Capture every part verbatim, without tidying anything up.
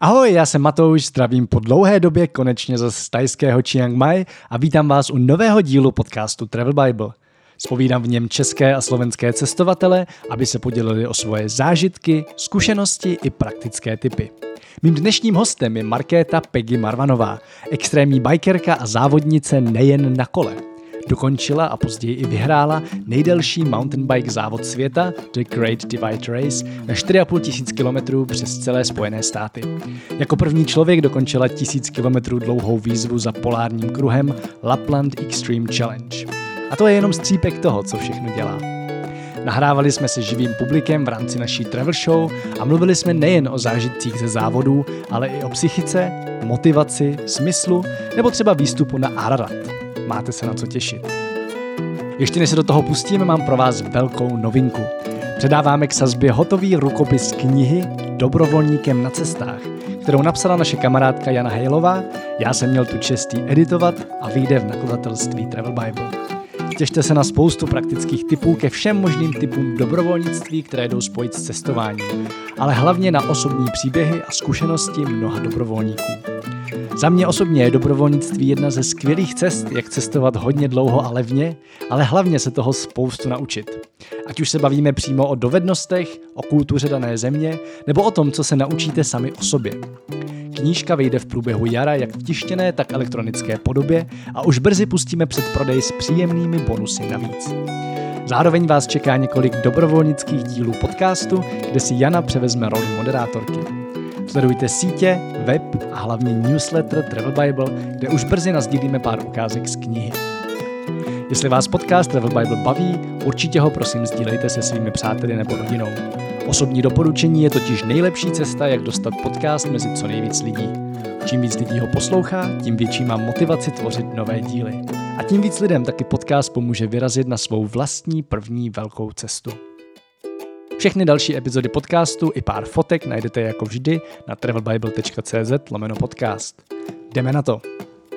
Ahoj, já jsem Matouš, zdravím po dlouhé době konečně zase z tajského Chiang Mai a vítám vás u nového dílu podcastu Travel Bible. Zpovídám v něm české a slovenské cestovatele, aby se podělili o svoje zážitky, zkušenosti i praktické tipy. Mým dnešním hostem je Markéta Peggy Marvanová, extrémní bikerka a závodnice nejen na kole. Dokončila a později i vyhrála nejdelší mountain bike závod světa The Great Divide Race na čtyři a půl tisíc kilometrů přes celé Spojené státy. Jako první člověk dokončila tisíc kilometrů dlouhou výzvu za polárním kruhem Lapland Extreme Challenge. A to je jenom střípek toho, co všechno dělá. Nahrávali jsme se živým publikem v rámci naší travel show a mluvili jsme nejen o zážitcích ze závodů, ale i o psychice, motivaci, smyslu nebo třeba výstupu na Ararat. Máte se na co těšit. Ještě než se do toho pustíme, mám pro vás velkou novinku. Předáváme k sazbě hotový rukopis knihy Dobrovolníkem na cestách, kterou napsala naše kamarádka Jana Hejlová. Já jsem měl tu čest ji editovat a vyjde v nakladatelství Travel Bible. Těšte se na spoustu praktických tipů ke všem možným typům dobrovolnictví, které jdou spojit s cestováním, ale hlavně na osobní příběhy a zkušenosti mnoha dobrovolníků. Za mě osobně je dobrovolnictví jedna ze skvělých cest, jak cestovat hodně dlouho a levně, ale hlavně se toho spoustu naučit. Ať už se bavíme přímo o dovednostech, o kultuře dané země, nebo o tom, co se naučíte sami o sobě. Knížka vyjde v průběhu jara jak v tištěné, tak elektronické podobě a už brzy pustíme předprodej s příjemnými bonusy navíc. Zároveň vás čeká několik dobrovolnických dílů podcastu, kde si Jana převezme roli moderátorky. Sledujte sítě, web a hlavně newsletter Travel Bible, kde už brzy nasdílíme pár ukázek z knihy. Jestli vás podcast Travel Bible baví, určitě ho prosím sdílejte se svými přáteli nebo rodinou. Osobní doporučení je totiž nejlepší cesta, jak dostat podcast mezi co nejvíc lidí. Čím víc lidí ho poslouchá, tím větší mám motivaci tvořit nové díly. A tím víc lidem taky podcast pomůže vyrazit na svou vlastní první velkou cestu. Všechny další epizody podcastu i pár fotek najdete jako vždy na travelbible tečka cz lomeno podcast. Jdeme na to!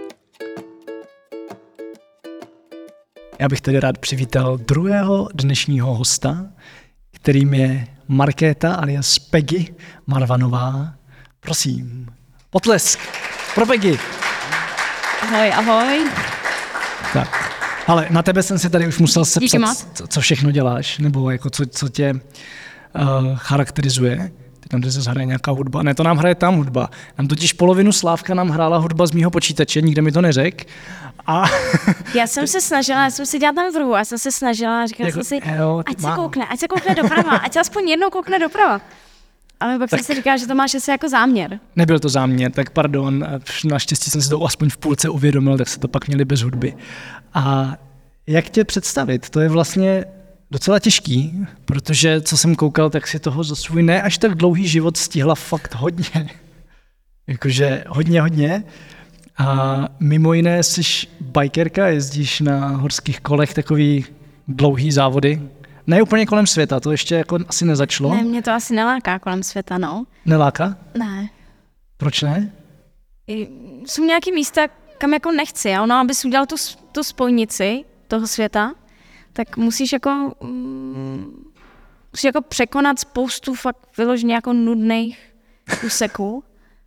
Já bych tedy rád přivítal druhého dnešního hosta, kterým je Markéta alias Peggy Marvanová. Prosím, potlesk pro Peggy. Ahoj, ahoj. Tak, ale na tebe jsem si tady už musel sepsat, co všechno děláš, nebo jako co, co tě uh, charakterizuje. Ty tam, kde se hraje nějaká hudba. Ne, to nám hraje tam hudba. Nám totiž polovinu Slávka nám hrála hudba z mýho počítače, nikde mi to neřekl. A já jsem se snažila, já jsem si dělala tam druhu, já jsem se snažila, říkala jako, jsem si, jo, ať má. se koukne, ať se koukne doprava, ať se aspoň jednou koukne doprava. Ale pak tak jsem si říkala, že to máš asi jako záměr. Nebyl to záměr, tak pardon, naštěstí jsem si to aspoň v půlce uvědomil, tak se to pak měli bez hudby. A jak tě představit, to je vlastně docela těžký, protože co jsem koukal, tak si toho za svůj ne až tak dlouhý život stihla fakt hodně. Jakože hodně, hodně. A mimo jiné jsi bikerka, jezdíš na horských kolech, takový dlouhý závody. Ne úplně kolem světa, to ještě jako asi nezačalo. Ne, mě to asi neláká kolem světa, no. Neláká? Ne. Proč ne? Jsou nějaký místa, kam jako nechci, a ono, abys udělal tu, tu spojnici toho světa, tak musíš jako, mm, musíš jako překonat spoustu fakt vyloženě jako nudných úseků.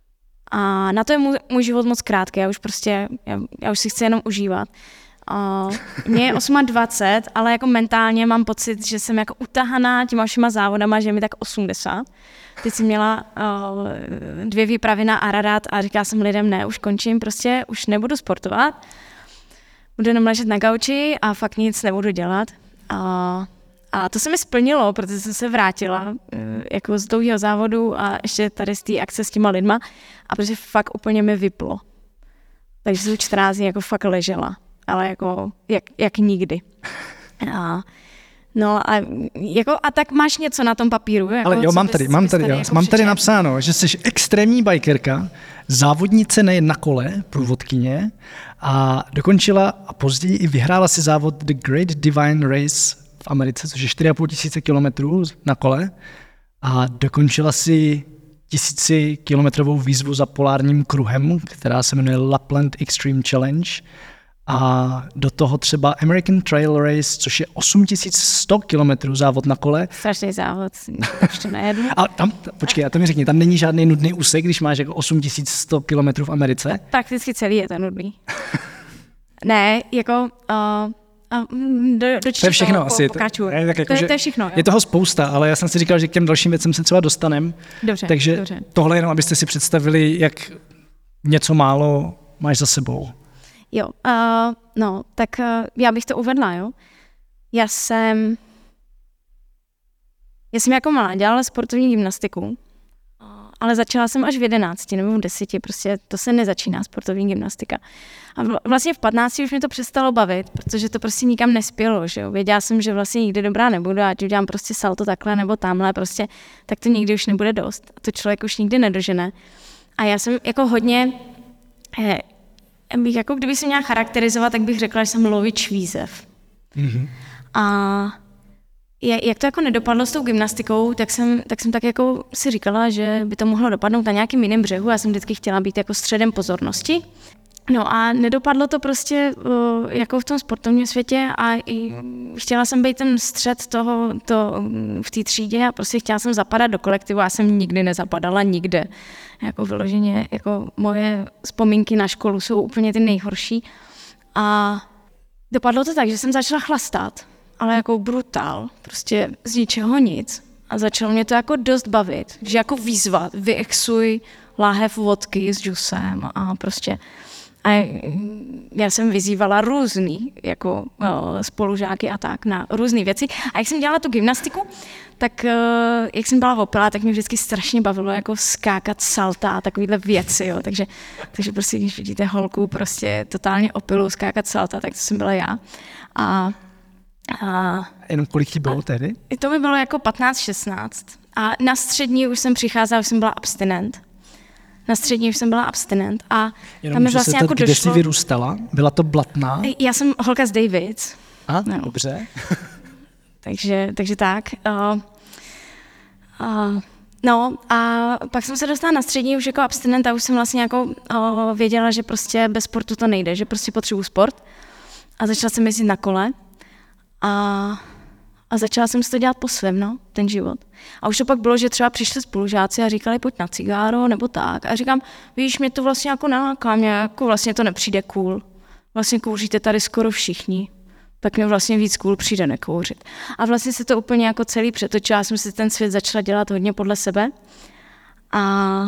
A na to je můj, můj život moc krátký, já už prostě, já, já už si chci jenom užívat. Uh, mě je dvacet osm, ale jako mentálně mám pocit, že jsem jako utahaná těma všema závodama, že je mi tak osmdesát. Teď jsem měla uh, dvě výpravy na Ararat a říkala jsem lidem, ne, už končím, prostě už nebudu sportovat. Budu jenom ležet na gauči a fakt nic nebudu dělat. Uh, A to se mi splnilo, protože jsem se vrátila jako z dlouhého závodu a ještě tady z té akce s těma lidma a protože fakt úplně mi vyplo. Takže jsem čtrnáct dní jako fakt ležela, ale jako jak, jak nikdy. A, no a, jako, a tak máš něco na tom papíru? Jako, ale jo, mám tady, mám tady, tady, jo, jako mám tady napsáno, že jsi extrémní bikerka, závodnice nejen na kole, průvodkyně a dokončila a později i vyhrála si závod The Great Divide Race v Americe, což je čtyři a půl tisíce kilometrů na kole a dokončila si tisícikilometrovou výzvu za polárním kruhem, která se jmenuje Lapland Extreme Challenge A do toho třeba American Trail Race, což je osm tisíc sto kilometrů závod na kole. Strašný závod, ještě nejedu. A tam, počkej, a to mi řekni, tam není žádný nudný úsek, když máš jako osm tisíc sto kilometrů v Americe? Prakticky celý je to nudný. Ne, jako... Uh, a do, do to je všechno toho, asi. Po, to, jako, to, je, to je všechno. Jo. Je toho spousta, ale já jsem si říkal, že k těm dalším věcem se třeba dostanem. Dobře, Takže dobře. tohle jenom, abyste si představili, jak něco málo máš za sebou. Jo, uh, no, tak uh, já bych to uvedla, jo. Já jsem... Já jsem jako malá dělala sportovní gymnastiku, ale začala jsem až v jedenácti nebo v deseti, prostě to se nezačíná sportovní gymnastika. A vlastně v patnácti už mě to přestalo bavit, protože to prostě nikam nespělo, že jo. Věděla jsem, že vlastně nikdy dobrá nebudu, ať udělám prostě salto takhle nebo tamhle, prostě, tak to nikdy už nebude dost. A to člověk už nikdy nedožene. A já jsem jako hodně, eh, bych jako kdyby se měla charakterizovat, tak bych řekla, že jsem lovič výzev. Mm-hmm. A jak to jako nedopadlo s tou gymnastikou, tak jsem, tak jsem tak jako si říkala, že by to mohlo dopadnout na nějakým jiném břehu. Já jsem vždycky chtěla být jako středem pozornosti. No a nedopadlo to prostě uh, jako v tom sportovním světě a i chtěla jsem být ten střed toho to, v té třídě a prostě chtěla jsem zapadat do kolektivu. Já jsem nikdy nezapadala nikde. Jako vyloženě, jako moje vzpomínky na školu jsou úplně ty nejhorší. A dopadlo to tak, že jsem začala chlastat, ale jako brutál, prostě z ničeho nic. A začalo mě to jako dost bavit, že jako výzvat, vyexuj láhev vodky s džusem a prostě a já jsem vyzývala různý jako spolužáky a tak na různé věci. A jak jsem dělala tu gymnastiku, tak jak jsem byla opilá, tak mě vždycky strašně bavilo jako skákat salta a takovýhle věci, jo. Takže, takže prostě, když vidíte holku prostě totálně opilou skákat salta, tak to jsem byla já. A A jenom kolik ti bylo tedy? To mi bylo jako patnáct šestnáct. A na střední už jsem přicházela, už jsem byla abstinent. Na střední už jsem byla abstinent. A jenom tam mi vlastně se jako kde došlo... jsi vyrůstala? Byla to Blatná? Já jsem holka z Davids. A, no. Dobře. takže, takže tak. Uh, uh, no a pak jsem se dostala na střední už jako abstinent a už jsem vlastně jako uh, věděla, že prostě bez sportu to nejde, že prostě potřebuji sport. A začala jsem jezdit na kole. A, a začala jsem si to dělat po svém, no, ten život. A už to pak bylo, že třeba přišli spolužáci a říkali, pojď na cigáro, nebo tak. A říkám, víš, mě to vlastně jako naláká, mě jako vlastně to nepřijde cool. Vlastně kouříte tady skoro všichni. Tak mě vlastně víc cool přijde nekouřit. A vlastně se to úplně jako celý přetočilo. Já jsem si ten svět začala dělat hodně podle sebe. A,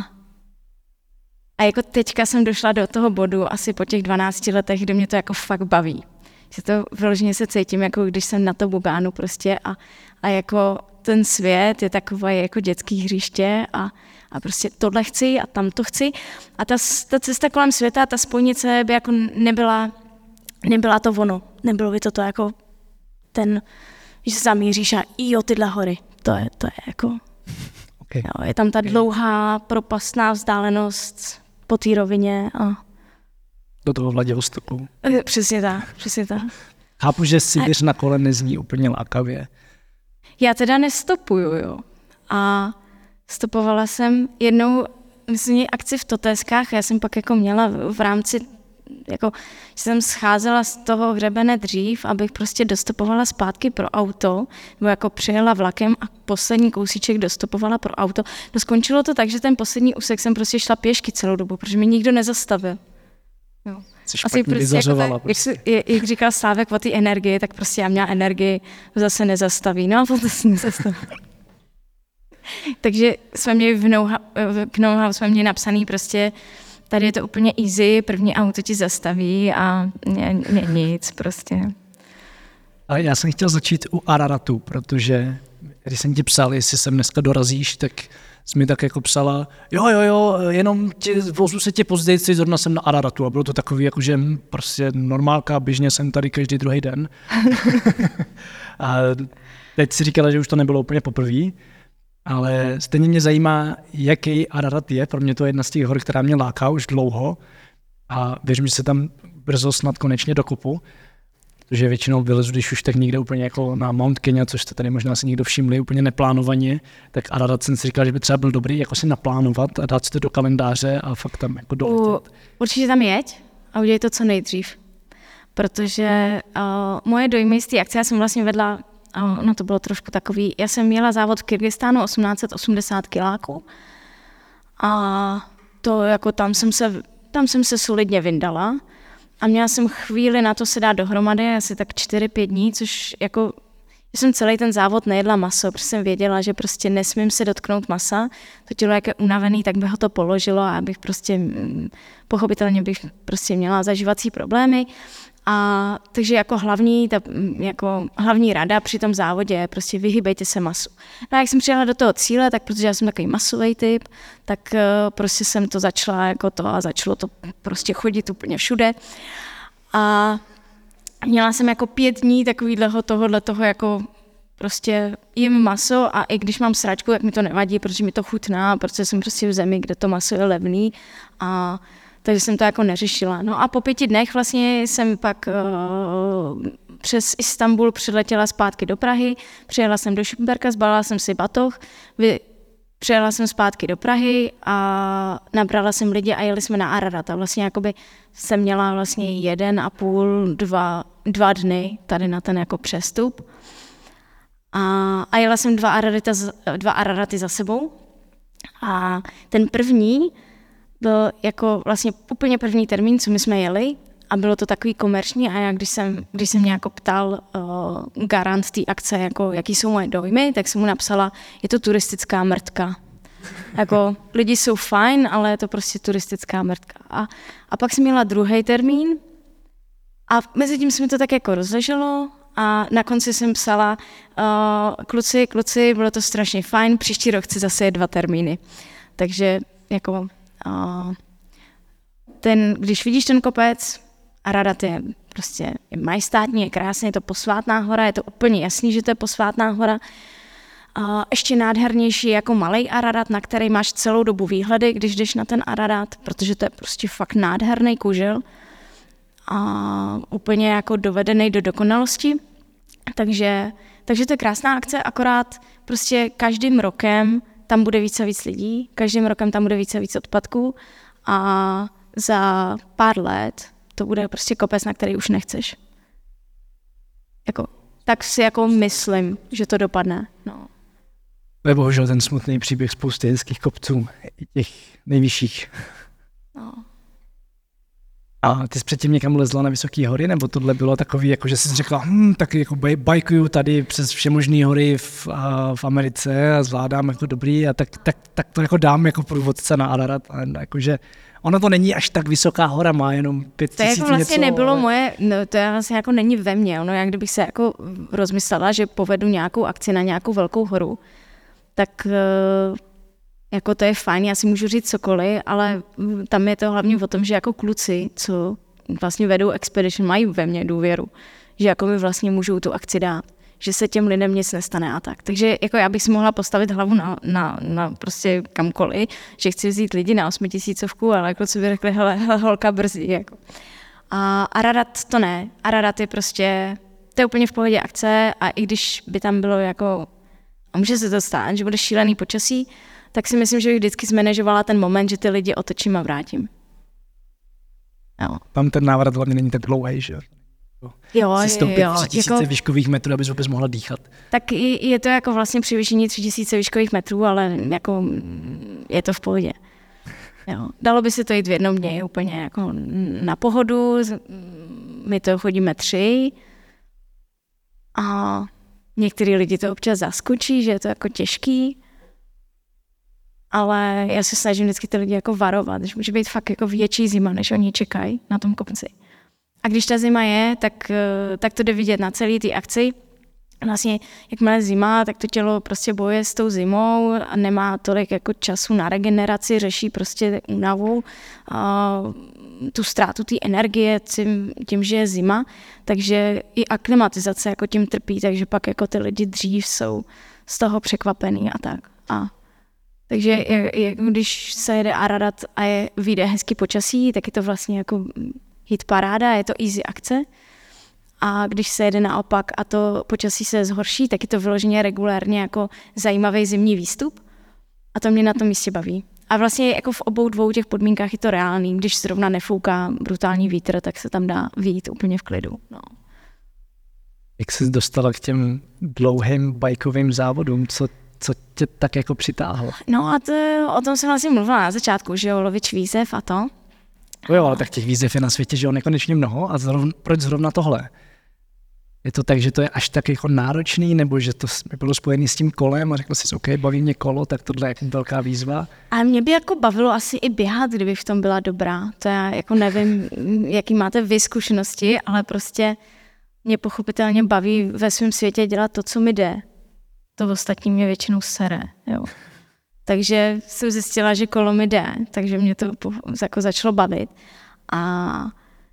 a jako teďka jsem došla do toho bodu asi po těch dvanácti letech, kdy mě to jako fakt baví. Že to vyloženě se cítím, jako když jsem na to bugánu prostě a, a jako ten svět je takové jako dětský hřiště a, a prostě tohle chci a tam to chci. A ta, ta cesta kolem světa, ta spojnice by jako nebyla, nebyla to ono. Nebylo by to to jako ten, že zamíříš a jo, tyhle hory. To je, to je jako, okay. Jo, je tam ta dlouhá propastná vzdálenost po té rovině a do toho Vladivostoku. Přesně tak, přesně tak. Chápu, že Sibir na kole nezní úplně lákavě. Já teda nestopuju, jo. A stopovala jsem jednou, myslím, akci v Toteskách, já jsem pak jako měla v rámci, jako jsem scházela z toho hřebene dřív, abych prostě dostopovala zpátky pro auto, nebo jako přijela vlakem a poslední kousíček dostopovala pro auto. No skončilo to tak, že ten poslední úsek jsem prostě šla pěšky celou dobu, protože mi nikdo nezastavil. Jo. Asi prostě jako tak, prostě. jak, jak říkal Slávek o té energii, tak prostě já měla energii, zase nezastaví. No a potom se nezastaví. Takže jsme měli v know-how, k know-how jsme měli napsaný prostě, tady je to úplně easy, první auto ti zastaví a ne, ne, nic prostě. Ale já jsem chtěl začít u Araratu, protože když jsem ti psal, jestli sem dneska dorazíš, tak jsi mi tak jako psala, jo, jo, jo, jenom tě, vozu se tě později, zrovna jsem na Araratu a bylo to takový, jakože prostě normálka, běžně jsem tady každý druhý den. A teď si říkala, že už to nebylo úplně poprvé, ale stejně mě zajímá, jaký Ararat je, pro mě to je jedna z těch hor, která mě láká už dlouho a věřím, že se tam brzo snad konečně dokopu. Protože většinou vylezu, když už tak někde úplně jako na Mount Kenya, což jste tady možná si někdo všimli, úplně neplánovaně, tak Ararat jsem si říkal, že by třeba byl dobrý jako si naplánovat a dát si to do kalendáře a fakt tam jako doletět. Určitě tam jeď a udělej to co nejdřív. protože uh, moje dojmy z té akce, já jsem vlastně vedla, uh, no to bylo trošku takový, já jsem měla závod v Kyrgyzstánu osmnáct osmdesát kiláků a to jako tam jsem se, tam jsem se solidně vyndala a měla jsem chvíli na to se dát dohromady, asi tak čtyři pět dní, což jako já jsem celý ten závod nejedla maso, protože jsem věděla, že prostě nesmím se dotknout masa. To tělo, jak je unavený, tak by ho to položilo a abych prostě, pochopitelně bych prostě měla zažívací problémy. A takže jako hlavní, ta, jako hlavní rada při tom závodě je prostě vyhýbejte se masu. No a jak jsem přijela do toho cíle, tak protože já jsem takový masový typ, tak uh, prostě jsem to začala jako to a začalo to prostě chodit úplně všude. A měla jsem jako pět dní takovýhleho tohohle toho jako prostě jím maso a i když mám sračku, tak mi to nevadí, protože mi to chutná, protože jsem prostě v zemi, kde to maso je levný a takže jsem to jako neřešila. No a po pěti dnech vlastně jsem pak uh, přes Istanbul přiletěla zpátky do Prahy, přijela jsem do Šumberka, zbalila jsem si batoh, vy, přijela jsem zpátky do Prahy a nabrala jsem lidi a jeli jsme na Ararat. A vlastně jakoby jsem měla vlastně jeden a půl, dva, dva dny tady na ten jako přestup. A, a jela jsem dva Araraty, dva Araraty za sebou. A ten první byl jako vlastně úplně první termín, co my jsme jeli. A bylo to takový komerční a já, když jsem, když jsem mě jako ptal uh, garant té akce, jako, jaký jsou moje dojmy, tak jsem mu napsala, je to turistická mrtka. Jako, lidi jsou fajn, ale je to prostě turistická mrtka. A, a pak jsem měla druhý termín a mezi tím se mi to tak jako rozleželo a na konci jsem psala, uh, kluci, kluci, bylo to strašně fajn, příští rok chci zase dva termíny. Takže jako, uh, ten, když vidíš ten kopec, Ararat je prostě je majestátní, je krásný, je to posvátná hora, je to úplně jasný, že to je posvátná hora. A ještě nádhernější jako malej Ararat, na který máš celou dobu výhledy, když jdeš na ten Ararat, protože to je prostě fakt nádherný kužel a úplně jako dovedený do dokonalosti. Takže, takže to je krásná akce, akorát prostě každým rokem tam bude víc a víc lidí, každým rokem tam bude víc a víc odpadků a za pár let to bude prostě kopec, na který už nechceš. Jako, tak si jako myslím, že to dopadne. No. To je bohužel ten smutný příběh spousty hezkých kopců, i těch nejvyšších. No. A ty jsi předtím někam lezla na vysoké hory, nebo tohle bylo takový, jako že jsi řekla, hm, tak jako bajkuju tady přes všemožné hory v, a, v Americe a zvládám jako dobrý a tak, tak, tak to jako dám jako průvodce na Ararat. A jakože ono to není až tak vysoká hora, má jenom pět tisíc něco. To jako vlastně něco, nebylo ale... moje, no, to vlastně jako není ve mně. Ono, jak kdybych se jako rozmyslela, že povedu nějakou akci na nějakou velkou horu, tak jako to je fajn, já si můžu říct cokoliv, ale tam je to hlavně o tom, že jako kluci, co vlastně vedou Expedition, mají ve mně důvěru, že jako mi vlastně můžou tu akci dát, že se těm lidem nic nestane a tak. Takže jako já bych si mohla postavit hlavu na, na, na prostě kamkoliv, že chci vzít lidi na osmitisícovku, ale jako co by řekli, hele, hele holka brzdí. Jako. A Ararat to ne. Ararat je prostě, to je úplně v pohodě akce a i když by tam bylo jako, a může se to stát, že bude šílený počasí, tak si myslím, že bych vždycky zmanéžovala ten moment, že ty lidi otočím a vrátím. Jo. Tam ten návrat hlavně není tak dlouhý, že jo? Jo, si stoupit jo, tři tisíce jako, výškových metrů, abys vůbec mohla dýchat. Tak je, je to jako vlastně převýšení tři tisíce výškových metrů, ale jako je to v pohodě. Jo. Dalo by se to jít v jednom dně úplně jako na pohodu, my to chodíme tři a některý lidi to občas zaskočí, že je to jako těžký, ale já se snažím vždycky ty lidi jako varovat, že může být fakt jako větší zima, než oni čekají na tom kopci. A když ta zima je, tak, tak to jde vidět na celé té akci. Vlastně, jakmile zima, tak to tělo prostě bojuje s tou zimou a nemá tolik jako času na regeneraci, řeší prostě únavu, a tu ztrátu té energie tím, tím, že je zima. Takže i aklimatizace jako tím trpí, takže pak jako ty lidi dřív jsou z toho překvapený a tak. A takže je, je, když se jede Ararat a je, vyjde hezky počasí, tak je to vlastně jako hit paráda, je to easy akce. A když se jede naopak a to počasí se zhorší, tak je to vyloženě regulérně jako zajímavý zimní výstup. A to mě na tom místě baví. a vlastně jako v obou dvou těch podmínkách je to reálný. Když zrovna nefouká brutální vítr, tak se tam dá vyjít úplně v klidu. No. Jak jsi dostala k těm dlouhým bajkovým závodům? Co, co tě tak jako přitáhlo? No a to, o tom jsem vlastně mluvila na začátku, že jo, lovič výzev a to. No jo, ale tak těch výzev je na světě, že jo, nekonečně mnoho a zrovna, proč zrovna tohle? Je to tak, že to je až tak jako náročný, nebo že to bylo spojené s tím kolem a řekl jsi, OK, baví mě kolo, tak tohle je jako velká výzva? A mě by jako bavilo asi i běhat, kdybych v tom byla dobrá. To já jako nevím, jaký máte vy zkušenosti, ale prostě mě pochopitelně baví ve svém světě dělat to, co mi jde. To ostatní mě většinou sere, jo. Takže jsem zjistila, že kolo mi jde, takže mě to jako začalo bavit. A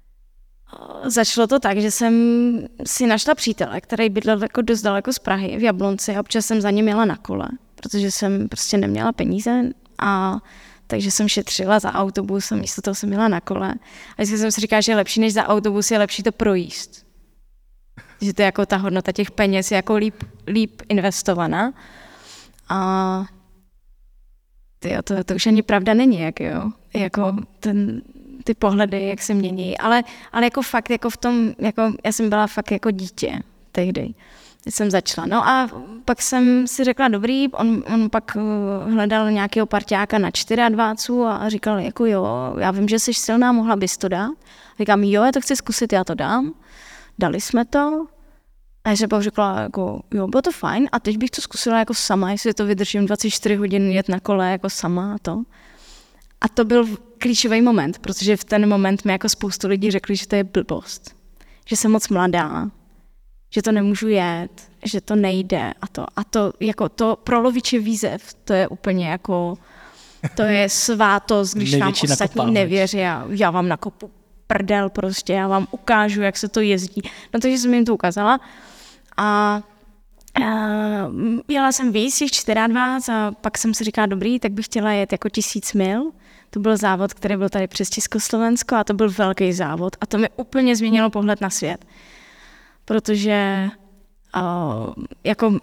začalo to tak, že jsem si našla přítele, který bydlel jako dost daleko z Prahy v Jablonci a občas jsem za ním jela na kole, protože jsem prostě neměla peníze a takže jsem šetřila za autobus a místo toho jsem jela na kole. A vždycky jsem si říkala, že je lepší než za autobus, je lepší to projíst. Že to je jako ta hodnota těch peněz je jako líp, líp investovaná. A tyjo, to, to už ani pravda není, jak jo. Jako ten, ty pohledy, jak se mění. Ale, ale jako fakt, jako v tom, jako já jsem byla fakt jako dítě tehdy, když jsem začala. No a pak jsem si řekla, dobrý, on, on pak hledal nějakého parťáka na čtyřadvacet a říkal, jako jo, já vím, že jsi silná, mohla bys to dát. Říkám, jo, já to chci zkusit, já to dám. Dali jsme to a já jsem pak řekla, jako, jo, bylo to fajn a teď bych to zkusila jako sama, jestli to vydržím dvacet čtyři hodin jet na kole jako sama a to. A to byl klíčový moment, protože v ten moment mi jako spoustu lidí řekli, že to je blbost, že jsem moc mladá, že to nemůžu jet, že to nejde a to. A to jako to pro loviče výzev, to je úplně jako, to je svátost, když vám ostatní nevěří a já vám nakopu prdel prostě, já vám ukážu, jak se to jezdí. No takže jsem jim to ukázala a uh, jela jsem víc, těch čtyřadvacet a pak jsem si říkala, dobrý, tak bych chtěla jet jako tisíc mil. To byl závod, který byl tady přes Československo a to byl velký závod a to mi úplně změnilo pohled na svět. Protože uh, jako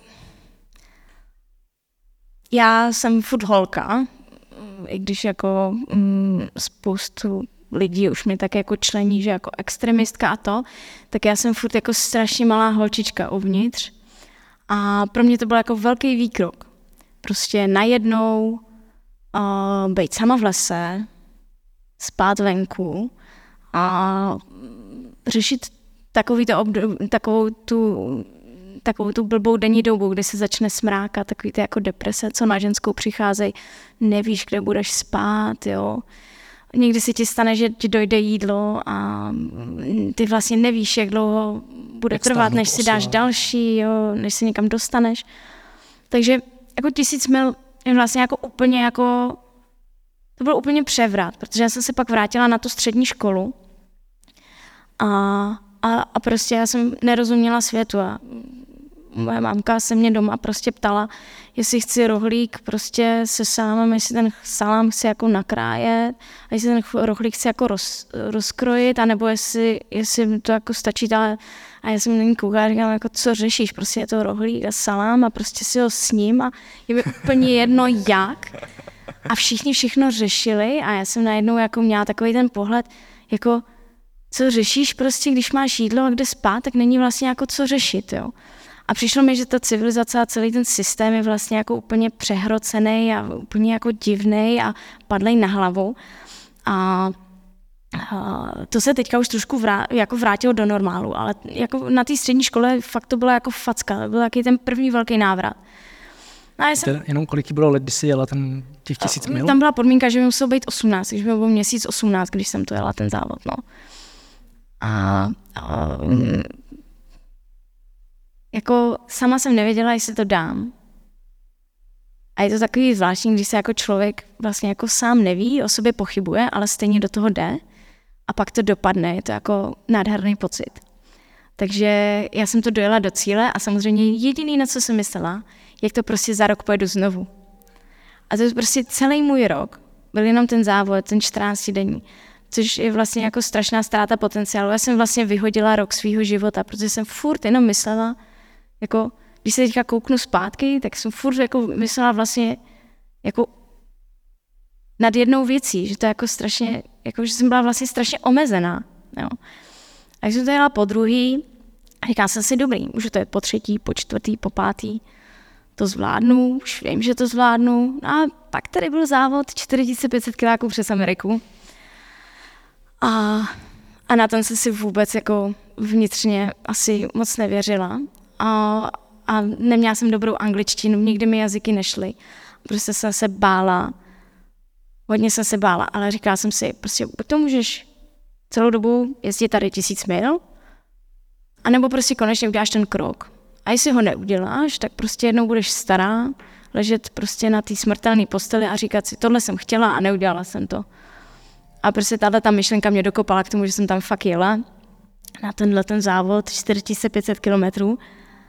já jsem furt holka, i když jako mm, spoustu lidí už mě tak jako člení, že jako extremistka a to, tak já jsem furt jako strašně malá holčička uvnitř a pro mě to byl jako velký výkrok. Prostě najednou uh, být sama v lese, spát venku a řešit takový to obdob, takovou tu takovou tu blbou denní dobu, kdy se začne smrákat, takový ty jako deprese, co na ženskou přicházejí, nevíš, kde budeš spát, jo. Někdy se ti stane, že ti dojde jídlo a ty vlastně nevíš, jak dlouho bude jak trvat, než si dáš další, jo, než se někam dostaneš. Takže jako tisíc mil je vlastně jako úplně jako, to byl úplně převrat, protože já jsem se pak vrátila na tu střední školu a, a, a prostě já jsem nerozuměla světu a moje mámka se mě doma prostě ptala, jestli chci rohlík prostě se salámem, jestli ten salám chci jako nakrájet a jestli ten rohlík chci jako roz, rozkrojit, anebo jestli, jestli mi to jako stačí. A já jsem na ní koukala a říkám, jako, co řešíš, prostě je to rohlík a salám a prostě si ho sním a je mi úplně jedno jak. A všichni všechno řešili a já jsem najednou jako měla takový ten pohled, jako co řešíš prostě, když máš jídlo a kde spát, tak není vlastně jako co řešit, jo. A přišlo mi, že ta civilizace a celý ten systém je vlastně jako úplně přehrocený a úplně jako divnej a padlej na hlavu. A, a to se teďka už trošku vrá, jako vrátilo do normálu, ale jako na té střední škole fakt to byla jako facka, to byl takový ten první velký návrat. A já jsem, jenom kolik bylo let, když jsi jela ten těch tisíc mil? Tam byla podmínka, že mi muselo být osmnáct, takže mi bylo měsíc osmnáct, když jsem to jela ten závod. No. A, a jako sama jsem nevěděla, jestli to dám. A je to takový zvláštní, když se jako člověk vlastně jako sám neví, o sobě pochybuje, ale stejně do toho jde a pak to dopadne. Je to jako nádherný pocit. Takže já jsem to dojela do cíle a samozřejmě jediný, na co jsem myslela, jak to prostě za rok pojedu znovu. A to je prostě celý můj rok. Byl jenom ten závod, ten čtrnáctidenní, což je vlastně jako strašná ztráta potenciálu. Já jsem vlastně vyhodila rok svýho života, protože jsem furt jenom myslela, jako, když se teďka kouknu zpátky, tak jsem furt jako myslela vlastně, jako, nad jednou věcí, že to je jako strašně, jako že jsem byla vlastně strašně omezená. Jo. A když jsem to jela po druhý, říkala jsem si, dobrý, už to je po třetí, po čtvrtý, po pátý, to zvládnu, už vím, že to zvládnu. A pak tady byl závod čtyři tisíce pět set kiláků přes Ameriku. A, a na ten jsem si vůbec jako vnitřně asi moc nevěřila. A, a neměla jsem dobrou angličtinu, nikdy mi jazyky nešly. Prostě jsem se bála, hodně jsem se bála, ale říkala jsem si, prostě buď to můžeš celou dobu jezdit tady tisíc mil, anebo prostě konečně uděláš ten krok. A jestli ho neuděláš, tak prostě jednou budeš stará, ležet prostě na té smrtelné posteli a říkat si, tohle jsem chtěla a neudělala jsem to. A prostě tahle ta myšlenka mě dokopala k tomu, že jsem tam fakt jela na tenhle ten závod čtyři tisíce pět set kilometrů.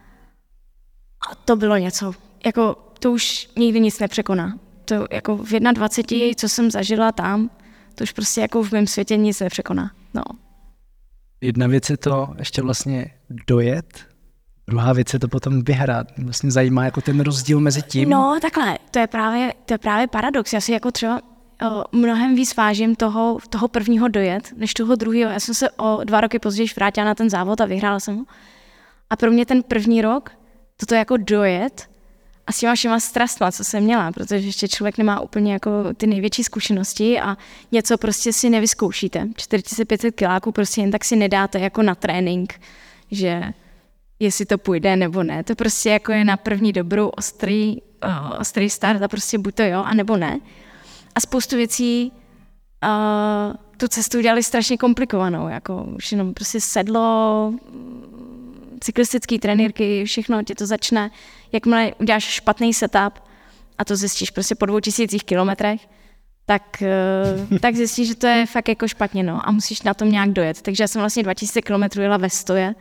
A to bylo něco. Jako to už nikdy nic nepřekoná. To jako v dvaceti jedna, co jsem zažila tam, to už prostě jako v mém světě nic nepřekoná. No. Jedna věc je to ještě vlastně dojet, druhá věc je to potom vyhrát. Mě vlastně zajímá jako ten rozdíl mezi tím. No takhle, to je právě, to je právě paradox. Já si jako třeba o, mnohem víc vážím toho, toho prvního dojet, než toho druhého. Já jsem se o dva roky později vrátila na ten závod a vyhrála jsem ho. A pro mě ten první rok, toto jako dojet a s těma všema strastma, co jsem měla, protože ještě člověk nemá úplně jako ty největší zkušenosti a něco prostě si nevyzkoušíte. čtyři tisíce pět set kiláků prostě jen tak si nedáte jako na trénink, že jestli to půjde nebo ne. To prostě jako je na první dobrou ostrý, uh, ostrý start a prostě buď to jo, a nebo ne. A spoustu věcí uh, tu cestu udělali strašně komplikovanou, jako už jenom prostě sedlo, cyklistický trenýrky, všechno tě to začne, jakmile uděláš špatný setup a to zjistíš prostě po dvou tisících kilometrech, tak, tak zjistíš, že to je fakt jako špatně, no, a musíš na tom nějak dojet. Takže já jsem vlastně dva tisíce kilometrů jela ve stoje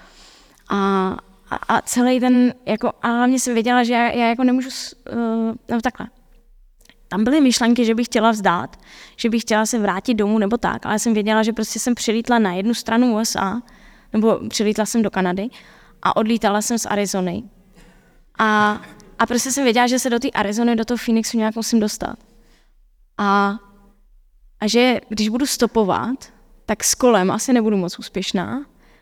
a, a, a celý ten, jako, a hlavně jsem věděla, že já, já jako nemůžu, uh, no takhle. Tam byly myšlenky, že bych chtěla vzdát, že bych chtěla se vrátit domů nebo tak, ale já jsem věděla, že prostě jsem přilítla na jednu stranu U S A, nebo přilítla jsem do Kanady a odlítala jsem z Arizony. A, a prostě jsem věděla, že se do té Arizony, do toho Phoenixu nějak musím dostat. A, a že když budu stopovat, tak s kolem asi nebudu moc úspěšná.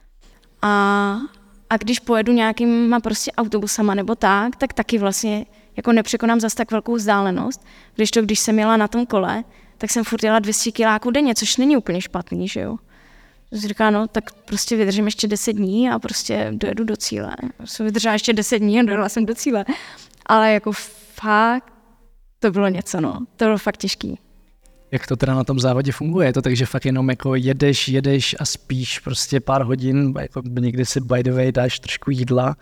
A, a když pojedu nějakýma prostě autobusama nebo tak, tak taky vlastně jako nepřekonám zas tak velkou vzdálenost. Když to, když jsem jela na tom kole, tak jsem furt jela dvě stě kiláků denně, což není úplně špatný, že jo. Jsem říkala, no, tak prostě vydržím ještě deset dní a prostě dojedu do cíle. Jsem vydržela ještě deset dní a dojela jsem do cíle. Ale jako fakt to bylo něco, no. To bylo fakt těžký. Jak to teda na tom závodě funguje? Je to tak, že fakt jenom jako jedeš, jedeš a spíš prostě pár hodin, jako někdy si by the way dáš trošku jídla.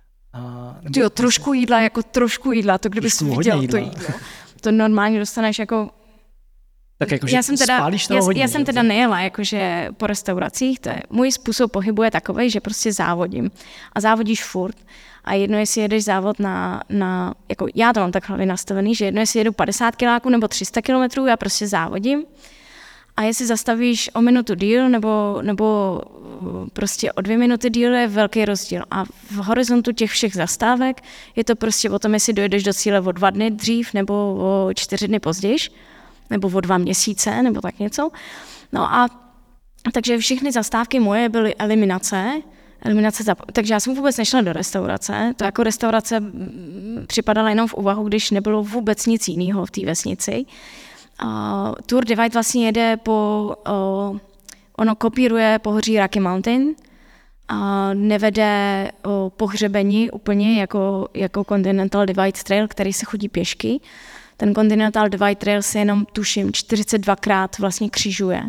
A, nebo... Jo, trošku jídla, jako trošku jídla, to kdybys viděl jídla. To jídlo. To normálně dostaneš jako... Tak jako, já jsem teda, spálíš toho já, hodně. Já jsem teda nejela jakože po restauracích, to je, můj způsob pohybu je takovej, že prostě závodím. A závodíš furt. A jedno, jestli jedeš závod na, na jako já to mám tak hlavně nastavený, že jedno, jestli jedu padesát kiláků nebo tři sta kilometrů, já prostě závodím. A jestli zastavíš o minutu díl nebo, nebo prostě o dvě minuty díl, je velký rozdíl. A v horizontu těch všech zastávek je to prostě o tom, jestli dojedeš do cíle o dva dny dřív nebo o čtyři dny později, nebo o dva měsíce, nebo tak něco. No a takže všechny zastávky moje byly eliminace, eliminace za, takže já jsem vůbec nešla do restaurace, to jako restaurace připadala jenom v úvahu, když nebylo vůbec nic jiného v té vesnici. Uh, Tour Divide vlastně jede po, uh, ono kopíruje pohoří Rocky Mountain, uh, nevede uh, po hřebeni úplně jako, jako Continental Divide Trail, který se chodí pěšky. Ten Continental Divide Trail se jenom, tuším, čtyřicet dvakrát vlastně křižuje.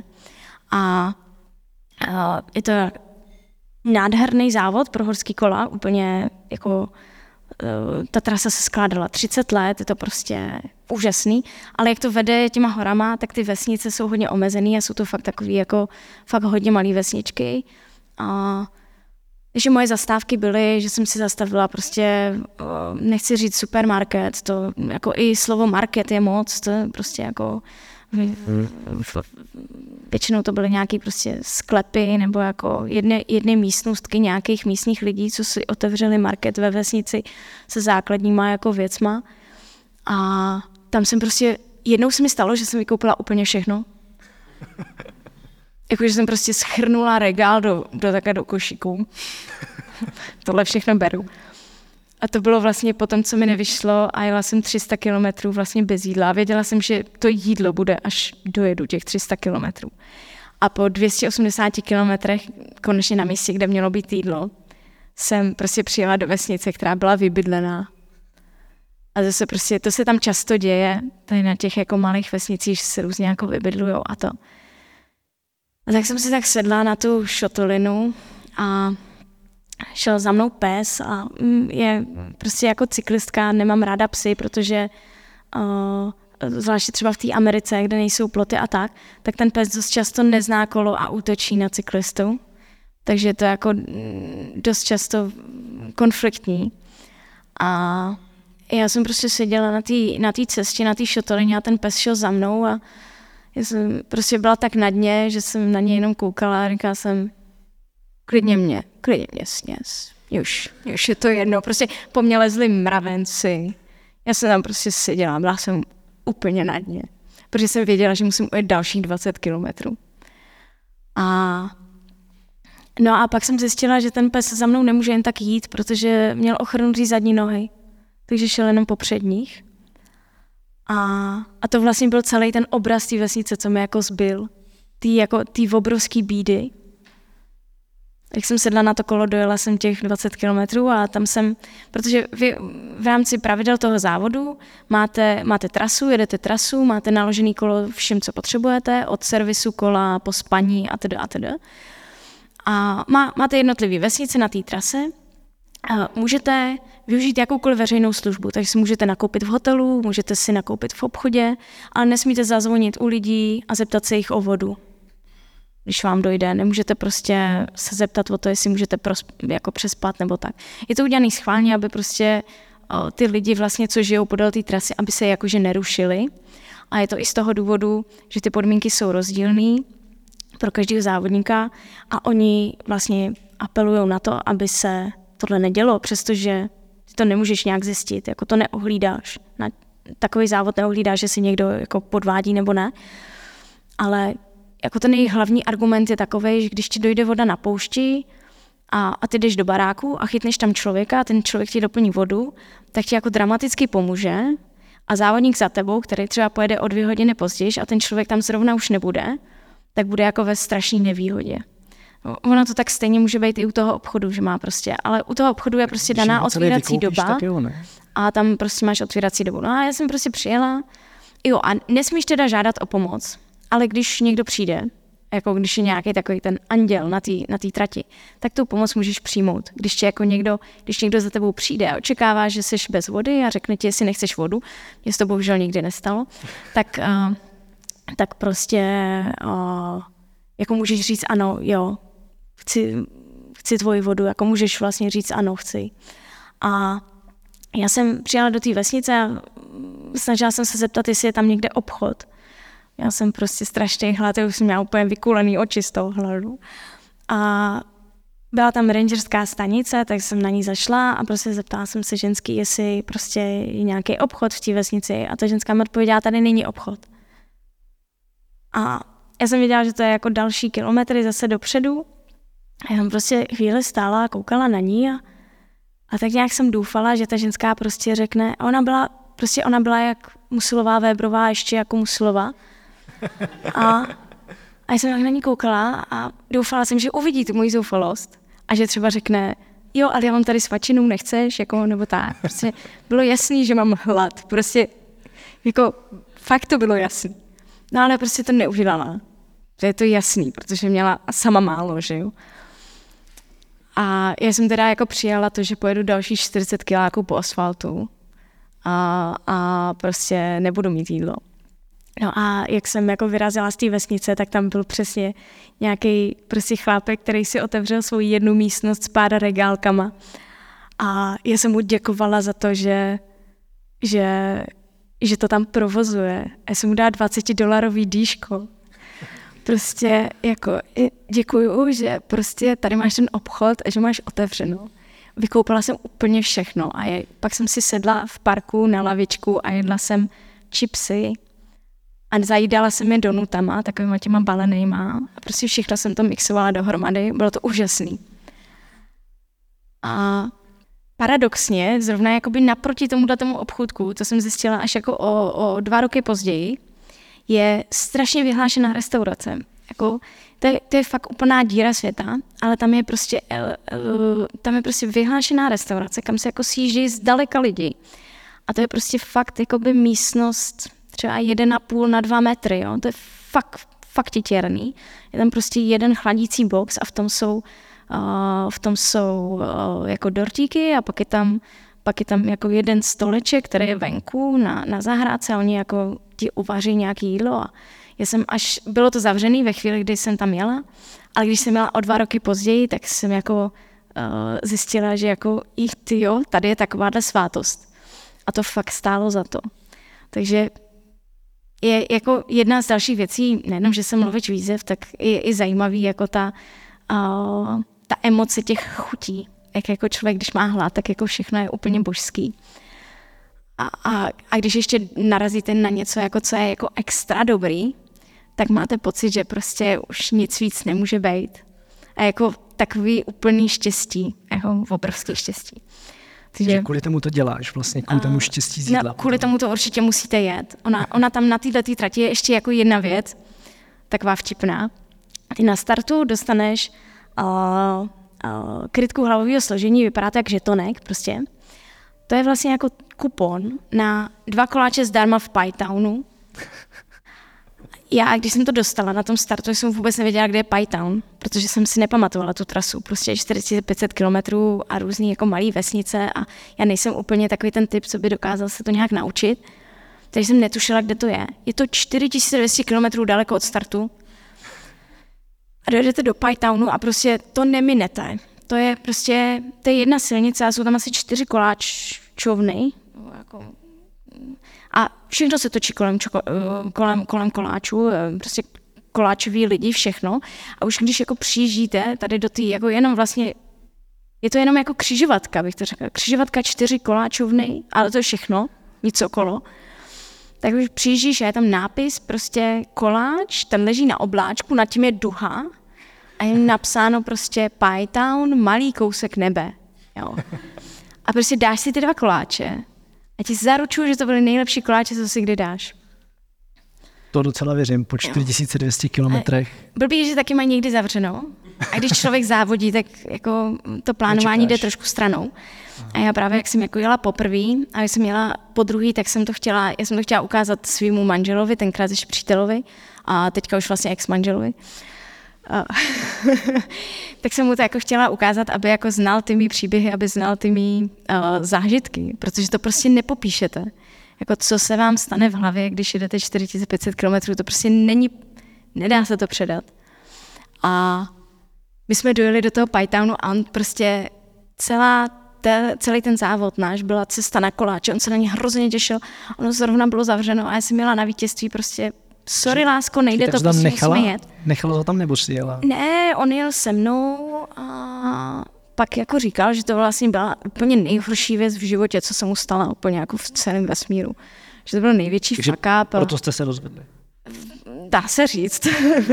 A uh, je to nádherný závod pro horský kola, úplně jako uh, ta trasa se skládala třicet let, je to prostě úžasný, ale jak to vede těma horama, tak ty vesnice jsou hodně omezený a jsou to fakt takový jako fakt hodně malý vesničky. A takže moje zastávky byly, že jsem si zastavila prostě, nechci říct supermarket, to jako i slovo market je moc, to je prostě jako většinou to byly nějaké prostě sklepy nebo jako jedny, jedny místnostky nějakých místních lidí, co si otevřeli market ve vesnici se základníma jako věcma. A tam jsem prostě jednou se mi stalo, že jsem vykoupila úplně všechno. Jakože jsem prostě schrnula regál do, do také do košíku. Tohle všechno beru. A to bylo vlastně po tom, co mi nevyšlo a jela jsem tři sta kilometrů vlastně bez jídla. Věděla jsem, že to jídlo bude, až dojedu těch tři sta kilometrů. A po dvě stě osmdesát kilometrech, konečně na místě, kde mělo být jídlo, jsem prostě přijela do vesnice, která byla vybydlená. A zase prostě, to se tam často děje, tady na těch jako malých vesnicích, že se různě jako vybydlujou a to. A tak jsem si tak sedla na tu šotolinu a šel za mnou pes a je prostě jako cyklistka, nemám ráda psy, protože uh, zvláště třeba v té Americe, kde nejsou ploty a tak, tak ten pes dost často nezná kolo a útočí na cyklistu. Takže to je jako dost často konfliktní. A já jsem prostě seděla na té na té cestě, na té šotolině a ten pes šel za mnou a já jsem prostě byla tak na dně, že jsem na něj jenom koukala a říkala jsem, klidně mě, klidně mě sněz. Už, už je to jedno, prostě po mně lezli mravenci. Já jsem tam prostě seděla, byla jsem úplně na dně, protože jsem věděla, že musím ujet dalších dvacet kilometrů. A no a pak jsem zjistila, že ten pes za mnou nemůže jen tak jít, protože měl ochrnutý zadní nohy, takže šel jenom po předních. A, a to vlastně byl celý ten obraz té vesnice, co mi jako zbyl. Tý, jako, tý obrovský bídy. Jak jsem sedla na to kolo, dojela jsem těch dvacet kilometrů a tam jsem, protože vy v rámci pravidel toho závodu máte, máte trasu, jedete trasu, máte naložený kolo všem, co potřebujete, od servisu kola po spaní a tedy a tedy. A má, máte jednotlivé vesnice na té trase. A můžete využít jakoukoliv veřejnou službu, takže si můžete nakoupit v hotelu, můžete si nakoupit v obchodě, ale nesmíte zazvonit u lidí a zeptat se jich o vodu, když vám dojde. Nemůžete prostě se zeptat o to, jestli můžete prosp- jako přespat nebo tak. Je to udělané schválně, aby prostě o, ty lidi vlastně, co žijou podél té trasy, aby se jakože nerušili. A je to i z toho důvodu, že ty podmínky jsou rozdílné pro každého závodníka a oni vlastně apelují na to, aby se tohle nedělo, přestože to nemůžeš nějak zjistit, jako to neohlídáš. Na takový závod neohlídáš, že si někdo jako podvádí nebo ne. Ale jako ten jejich hlavní argument je takový, že když ti dojde voda na poušti a, a ty jdeš do baráku a chytneš tam člověka a ten člověk ti doplní vodu, tak ti jako dramaticky pomůže a závodník za tebou, který třeba pojede o dvě hodiny později a ten člověk tam zrovna už nebude, tak bude jako ve strašné nevýhodě. Ono to tak stejně může být i u toho obchodu, že má prostě, ale u toho obchodu je prostě daná otvírací doba jo, a tam prostě máš otvírací dobu. No a já jsem prostě přijela, jo a nesmíš teda žádat o pomoc, ale když někdo přijde, jako když je nějaký takový ten anděl na té na té trati, tak tu pomoc můžeš přijmout. Když tě jako někdo, když někdo za tebou přijde a očekává, že jsi bez vody a řekne ti, jestli nechceš vodu, mně se to bohužel nikdy nestalo, tak, uh, tak prostě uh, jako můžeš říct ano, jo, chci, chci tvoji vodu, jako můžeš vlastně říct ano, chci. A já jsem přijela do té vesnice a snažila jsem se zeptat, jestli je tam někde obchod. Já jsem prostě strašně hlad, už jsem měla úplně vykulený oči z toho hladu. A byla tam rangerská stanice, tak jsem na ní zašla a prostě zeptala jsem se ženský, jestli prostě je nějaký obchod v té vesnici. A ta ženská mi odpověděla, tady není obchod. A já jsem věděla, že to je jako další kilometry zase dopředu. A já jsem prostě chvíli stála a koukala na ní a, a tak nějak jsem doufala, že ta ženská prostě řekne, a ona byla, prostě ona byla jak Musilová Vébrová, ještě jako Musilová. A, a já jsem tak na ní koukala a doufala jsem, že uvidí tu moji zoufalost a že třeba řekne, jo, ale já mám tady svačinu, nechceš, jako, nebo tak. Prostě bylo jasný, že mám hlad, prostě, jako, fakt to bylo jasný. No ale prostě to neudělala. To je to jasný, protože měla sama málo, že jo. A já jsem teda jako přijala to, že pojedu další čtyřicet kiláků po asfaltu a, a prostě nebudu mít jídlo. No a jak jsem jako vyrazila z té vesnice, tak tam byl přesně nějaký prostě chlápek, který si otevřel svou jednu místnost s pár regálkama. A já jsem mu děkovala za to, že, že, že to tam provozuje. Já jsem mu dala dvacetidolarový dýško. Prostě jako děkuju, že prostě tady máš ten obchod a že máš otevřeno. Vykoupila jsem úplně všechno a je, pak jsem si sedla v parku na lavičku a jedla jsem chipsy a zajídala jsem je donutama, takovýma těma balenejma a prostě všechno jsem to mixovala dohromady, bylo to úžasný. A paradoxně, zrovna jakoby naproti tomuhle tomu obchůdku, to jsem zjistila až jako o, o dva roky později, je strašně vyhlášená restaurace. Jako, to, je, to je fakt úplná díra světa, ale tam je prostě, tam je prostě vyhlášená restaurace, kam se jako sjíždí zdaleka lidi. A to je prostě fakt jakoby místnost třeba jeden a půl na dva metry, jo? To je fakt, fakt titěrný. Je tam prostě jeden chladící box a v tom jsou, uh, v tom jsou uh, jako dortíky a pak je tam, pak je tam jako jeden stoleček, který je venku na, na zahrádce a oni jako ti uvaří nějaké jídlo a já jsem až, bylo to zavřený ve chvíli, kdy jsem tam jela, ale když jsem jela o dva roky později, tak jsem jako uh, zjistila, že jako i tyjo, tady je takováhle svátost. A to fakt stálo za to. Takže je jako jedna z dalších věcí, nejenom, že jsem mluvič výzev, tak je i zajímavý jako ta, uh, ta emoce těch chutí. Jak jako člověk, když má hlad, tak jako všechno je úplně božský. A, a, a když ještě narazíte na něco, jako co je jako extra dobrý, tak máte pocit, že prostě už nic víc nemůže být. A jako takový úplný štěstí, jako obrovský štěstí. Takže kvůli tomu to děláš, vlastně kvůli tomu štěstí z jídla. No, kvůli tomu to určitě musíte jet. Ona, ona tam na této trati je ještě jako jedna věc, taková vtipná. Ty na startu dostaneš uh, uh, krytku hlavového složení, vypadá to jak žetonek prostě. To je vlastně jako kupon na dva koláče zdarma v Pytownu. Já, když jsem to dostala na tom startu, jsem vůbec nevěděla, kde je Pytown, protože jsem si nepamatovala tu trasu, prostě čtyři tisíce pět set kilometrů a různý jako malý vesnice a já nejsem úplně takový ten typ, co by dokázal se to nějak naučit, takže jsem netušila, kde to je. Je to čtyři tisíce dvě stě kilometrů daleko od startu a dojedete do Pytownu a prostě to neminete. To je prostě, to je jedna silnice a jsou tam asi čtyři koláčovny, jako a všechno se točí kolem, čoko, kolem, kolem koláčů, prostě koláčoví lidi, všechno. A už když jako přijíždíte tady do té, jako jenom vlastně, je to jenom jako křižovatka, bych to řekla. Křižovatka, čtyři koláčovny, ale to je všechno, nic okolo. Tak už přijíždíš a je tam nápis, prostě koláč, ten leží na obláčku, nad tím je duha a je napsáno prostě Pytown, malý kousek nebe. Jo. A prostě dáš si ty dva koláče. A ti zaručuju, že to byly nejlepší koláče, co si kdy dáš. To docela věřím, po čtyři tisíce dvě stě kilometrech. Blbý, že taky mají někdy zavřeno. A když člověk závodí, tak jako to plánování Nečekáš. Jde trošku stranou. A já právě, jak jsem jako jela poprvé a jak jsem jela po druhý, tak jsem to chtěla, já jsem to chtěla ukázat svýmu manželovi, tenkrát ještě přítelovi a teďka už vlastně ex-manželovi. Tak jsem mu to jako chtěla ukázat, aby jako znal ty mý příběhy, aby znal ty mý uh, zážitky, protože to prostě nepopíšete. Jako co se vám stane v hlavě, když jedete čtyři tisíce pět set kilometrů, to prostě není, nedá se to předat. A my jsme dojeli do toho Pytownu a on prostě celá te, celý ten závod náš byla cesta na koláče, on se na ně hrozně těšil, ono zrovna bylo zavřeno a já jsem měla na vítězství prostě sorry, lásko, nejde to, prostě nechala, musíme jet. Nechala ho tam nebo si jela? Ne, on jel se mnou a pak jako říkal, že to vlastně byla úplně nejhorší věc v životě, co se mu stala úplně jako v celém vesmíru. Že to byl největší fuck up. Proto jste se rozvedli. Dá se říct.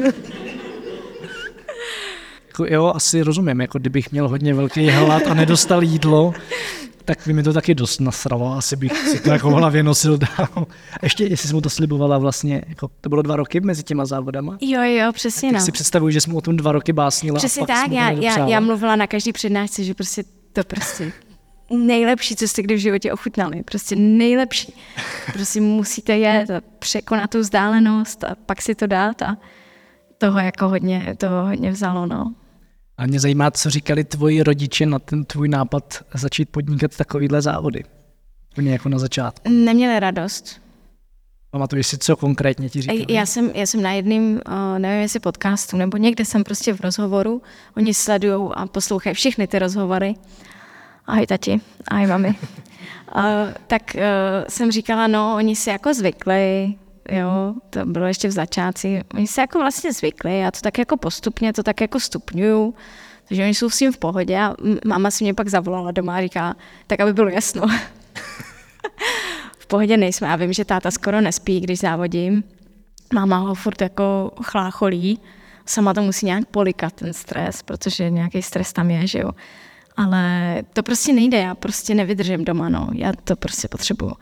Jako, jo, asi rozumím, jako kdybych měl hodně velký hlad a nedostal jídlo, tak by mi to taky dost nasralo, asi bych si to jako v hlavě nosil dál. Ještě, jestli jsi mu to slibovala vlastně, jako to bylo dva roky mezi těma závodama. Jo, jo, přesně tak no. si představuji, že jsi mu o tom dva roky básnila. Přesně a pak tak, já, já, já mluvila na každý přednášce, že prostě to prostě nejlepší, co jste kdy v životě ochutnali, prostě nejlepší. Prostě musíte jet a překonat tu vzdálenost a pak si to dát a toho jako hodně, toho hodně vzalo, no. A mě zajímá, co říkali tvoji rodiče na ten tvůj nápad začít podnikat takovýhle závody. Úplně jako na začátku. Neměli radost. Pamatuješ si, co konkrétně ti říkali? Já jsem, já jsem na jedným, nevím jestli podcastu, nebo někde jsem prostě v rozhovoru, oni sledujou a poslouchají všechny ty rozhovory. Ahoj tati, ahoj mami. uh, tak uh, jsem říkala, no, oni si jako zvykli, jo, to bylo ještě v začátci, oni se jako vlastně zvykli, já to tak jako postupně, to tak jako stupňuju, takže oni jsou s tím v pohodě a máma si mě pak zavolala doma a říká, tak aby bylo jasno. V pohodě nejsme, já vím, že táta skoro nespí, když závodím máma ho furt jako chlácholí, sama to musí nějak polikat ten stres, protože nějaký stres tam je, že jo. Ale to prostě nejde, já prostě nevydržím doma, no, já to prostě potřebuju.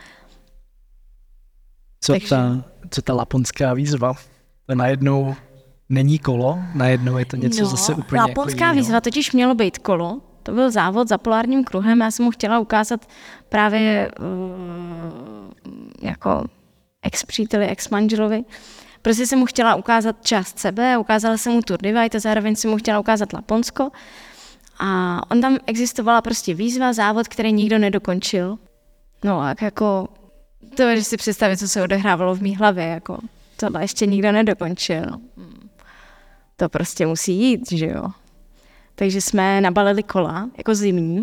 Co, Takže... ta, co ta laponská výzva? To najednou není kolo, najednou je to něco no, zase úplně laponská jako výzva totiž mělo být kolo, to byl závod za polárním kruhem, já jsem mu chtěla ukázat právě uh, jako ex-příteli, ex-manželovi, prostě jsem mu chtěla ukázat část sebe, ukázala jsem mu Tour Divide a zároveň jsem mu chtěla ukázat Laponsko. A on tam existovala prostě výzva, závod, který nikdo nedokončil. No a jako, to je, že si představit, co se odehrávalo v mý hlavě, jako tohle ještě nikdo nedokončil. To prostě musí jít, že jo. Takže jsme nabalili kola, jako zimní,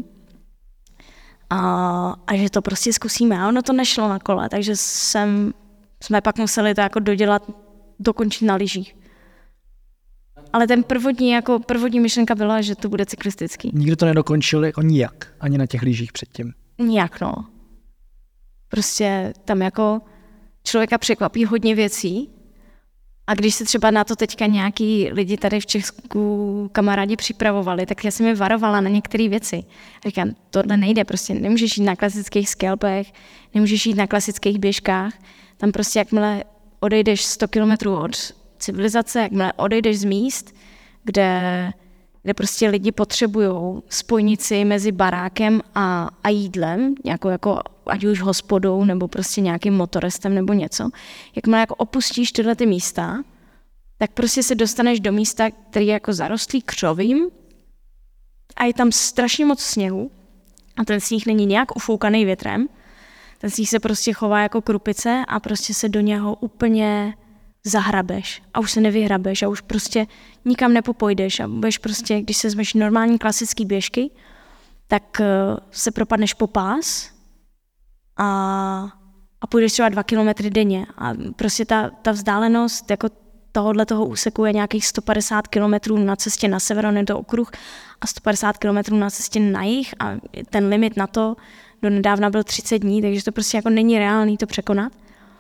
a, a že to prostě zkusíme. A ono to nešlo na kola, takže jsem, jsme pak museli to jako dodělat, dokončit na lyžích. Ale ten prvotní, jako prvotní myšlenka byla, že to bude cyklistický. Nikdo to nedokončil jako nijak, ani na těch lyžích předtím. Nijak, no. Prostě tam jako člověka překvapí hodně věcí a když se třeba na to teďka nějaký lidi tady v Česku kamarádi připravovali, tak já jsem je varovala na některé věci. Říkám, tohle nejde, prostě nemůžeš jít na klasických scalpech, nemůžeš jít na klasických běžkách, tam prostě jakmile odejdeš sto kilometrů od civilizace, jakmile odejdeš z míst, kde, kde prostě lidi potřebují spojnici mezi barákem a, a jídlem, nějakou jako, ať už hospodou, nebo prostě nějakým motorestem, nebo něco. Jakmile jako opustíš tyhle ty místa, tak prostě se dostaneš do místa, který je jako zarostlý křovím a je tam strašně moc sněhu a ten sníh není nějak ufoukaný větrem. Ten sníh se prostě chová jako krupice a prostě se do něho úplně zahrabeš a už se nevyhrabeš a už prostě nikam nepopojdeš a budeš prostě, když se vezmeš normální klasický běžky, tak uh, se propadneš po pás a, a půjdeš třeba dva kilometry denně a prostě ta, ta vzdálenost jako tohohle toho úseku je nějakých sto padesát kilometrů na cestě na sever, on je to okruh, a sto padesát kilometrů na cestě na jih a ten limit na to do nedávna byl třicet dní, takže to prostě jako není reálný to překonat.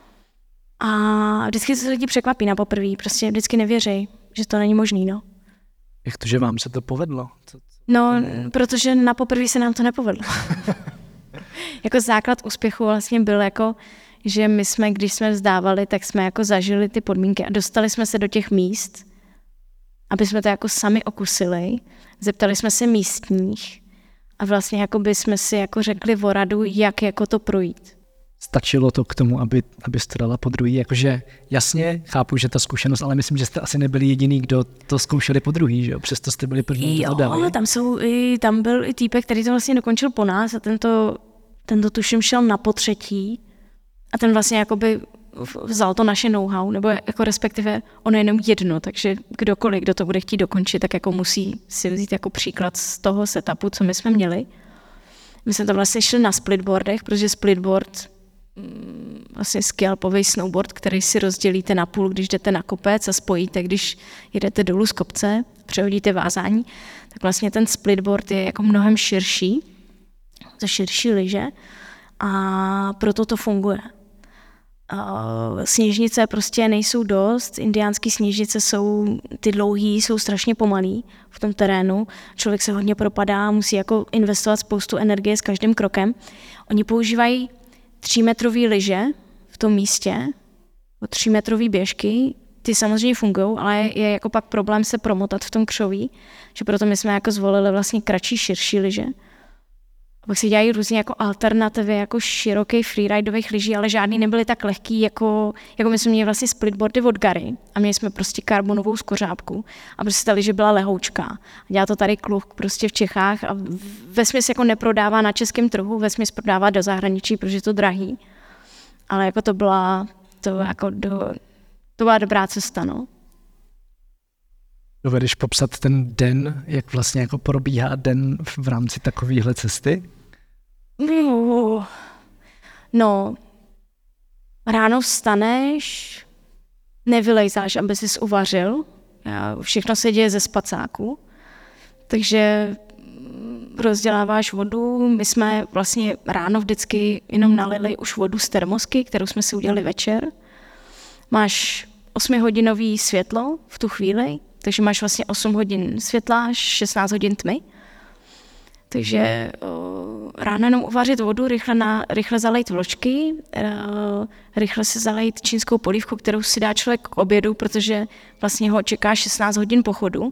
A vždycky se lidi překvapí na poprvé, prostě vždycky nevěří, že to není možný, no. Jak to, že vám se to povedlo? Co, co? No, protože na poprvé se nám to nepovedlo. Jako základ úspěchu vlastně byl jako, že my jsme, když jsme vzdávali, tak jsme jako zažili ty podmínky a dostali jsme se do těch míst, aby jsme to jako sami okusili, zeptali jsme se místních a vlastně jako by jsme si jako řekli o radu, jak jako to projít. Stačilo to k tomu, aby, abyste dala po druhý, jakože jasně, chápu, že ta zkušenost, ale myslím, že jste asi nebyli jediný, kdo to zkoušeli po druhý, že jo? Přesto jste byli první, jo, to tam jsou i, tam byl i týpek, který to vlastně dokončil po nás a tento, tento tuším šel na potřetí a ten vlastně jakoby vzal to naše know-how, nebo jako respektive ono je jenom jedno, takže kdokoliv, kdo to bude chtít dokončit, tak jako musí si vzít jako příklad z toho setupu, co my jsme měli. My jsme to vlastně šli na splitboardech, protože splitboard vlastně skialpový snowboard, který si rozdělíte na půl, když jdete na kopec a spojíte, když jedete dolů z kopce, přehodíte vázání, tak vlastně ten splitboard je jako mnohem širší, to širší lyže a proto to funguje. Sněžnice prostě nejsou dost, indiánský sněžnice jsou, ty dlouhý, jsou strašně pomalý v tom terénu, člověk se hodně propadá, musí jako investovat spoustu energie s každým krokem. Oni používají třímetrový lyže v tom místě, třímetrový běžky, ty samozřejmě fungují, ale je, je jako pak problém se promotat v tom křoví, že proto my jsme jako zvolili vlastně kratší, širší lyže. A pak se dělají různě jako alternativy, jako širokých freeridových lyží, ale žádný nebyly tak lehký, jako, jako my jsme měli vlastně splitboardy od Gary a měli jsme prostě karbonovou skořápku a prostě ta lyže byla lehoučká. A dělá to tady kluk prostě v Čechách a vesměs jako neprodává na českém trhu, vesměs prodává do zahraničí, protože je to drahý. Ale jako to byla, to jako do, to byla dobrá cesta, no. Dovedeš popsat ten den, jak vlastně jako probíhá den v rámci takovéhle cesty? No, no, ráno vstaneš, nevylejzáš, aby jsi uvařil, všechno se děje ze spacáku, takže rozděláváš vodu, my jsme vlastně ráno vždycky jenom nalili už vodu z termosky, kterou jsme si udělali večer. Máš osmihodinový světlo v tu chvíli, takže máš vlastně osm hodin světla, šestnáct hodin tmy. Takže o, ráno jenom uvařit vodu, rychle, na, rychle zalejt vločky, o, rychle se zalejt čínskou polívku, kterou si dá člověk k obědu, protože vlastně ho čeká šestnáct hodin pochodu.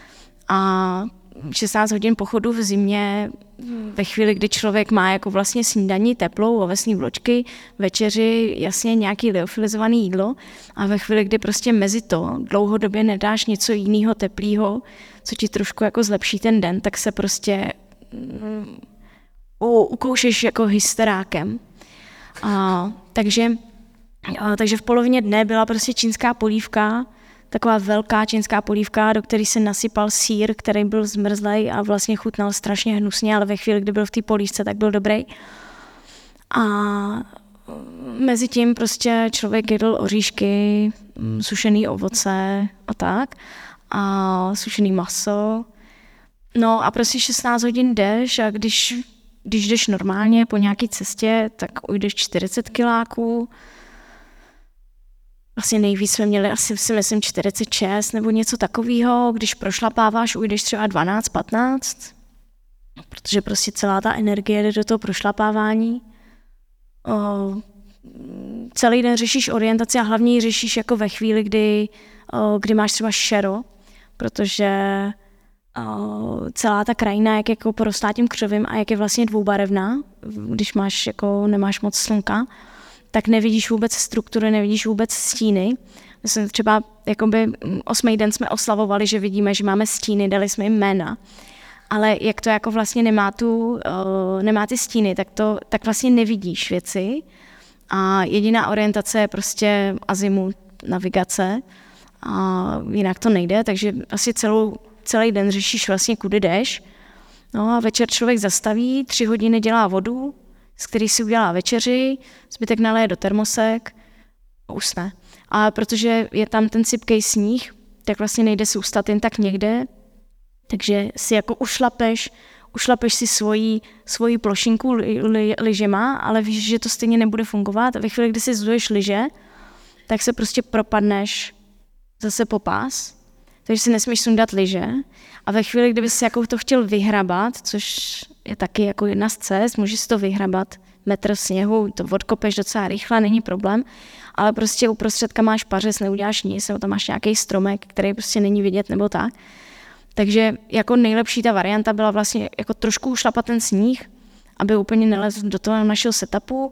A šestnáct hodin pochodu v zimě, ve chvíli, kdy člověk má jako vlastně snídaní teplou, ovesní vločky, večeři, jasně nějaký liofilizovaný jídlo a ve chvíli, kdy prostě mezi to dlouhodobě nedáš něco jiného teplého, co ti trošku jako zlepší ten den, tak se prostě um, ukoušeš jako hysterákem. A, takže, a, takže v polovině dne byla prostě čínská polívka, taková velká čínská polívka, do které se nasypal sýr, který byl zmrzlej a vlastně chutnal strašně hnusně, ale ve chvíli, kdy byl v té polívce, tak byl dobrý. A mezi tím prostě člověk jedl oříšky, sušený ovoce a tak, a sušený maso. No a prostě šestnáct hodin jdeš a když, když jdeš normálně po nějaké cestě, tak ujdeš čtyřicet kiláků. Vlastně nejvíc jsme měli asi si myslím čtyřicet šest nebo něco takového. Když prošlapáváš, ujdeš třeba dvanáct patnáct, protože prostě celá ta energie jde do toho prošlapávání. O, celý den řešíš orientaci a hlavně ji řešíš jako ve chvíli, kdy, o, kdy máš třeba šero, protože o, celá ta krajina, jak jako porostá tím křovím a jak je vlastně dvoubarevná, když máš jako nemáš moc slunka, tak nevidíš vůbec struktury, nevidíš vůbec stíny. Myslím, třeba jakoby osmý den jsme oslavovali, že vidíme, že máme stíny, dali jsme jim jména. Ale jak to jako vlastně nemá, tu, uh, nemá ty stíny, tak, to, tak vlastně nevidíš věci. A jediná orientace je prostě azimut, navigace. A jinak to nejde, takže asi celou, celý den řešíš vlastně, kudy jdeš. No a večer člověk zastaví, tři hodiny dělá vodu, z který si udělá večeři, zbytek naleje do termosek a usne. A protože je tam ten sypkej sníh, tak vlastně nejde si ustat jen tak někde, takže si jako ušlapeš, ušlapeš si svoji, svoji plošinku li, li, lyžema, ale víš, že to stejně nebude fungovat. A ve chvíli, kdy si zduješ lyže, tak se prostě propadneš zase po pás, takže si nesmíš sundat lyže. A ve chvíli, kdyby si jako to chtěl vyhrabat, což je taky jako jedna z cest, můžeš si to vyhrabat, metr sněhu, to odkopeš docela rychle, není problém, ale prostě uprostředka máš pařez, neuděláš nic, nebo tam máš nějaký stromek, který prostě není vidět, nebo tak. Takže jako nejlepší ta varianta byla vlastně jako trošku ušlapat ten sníh, aby úplně nelezl do toho našeho setupu.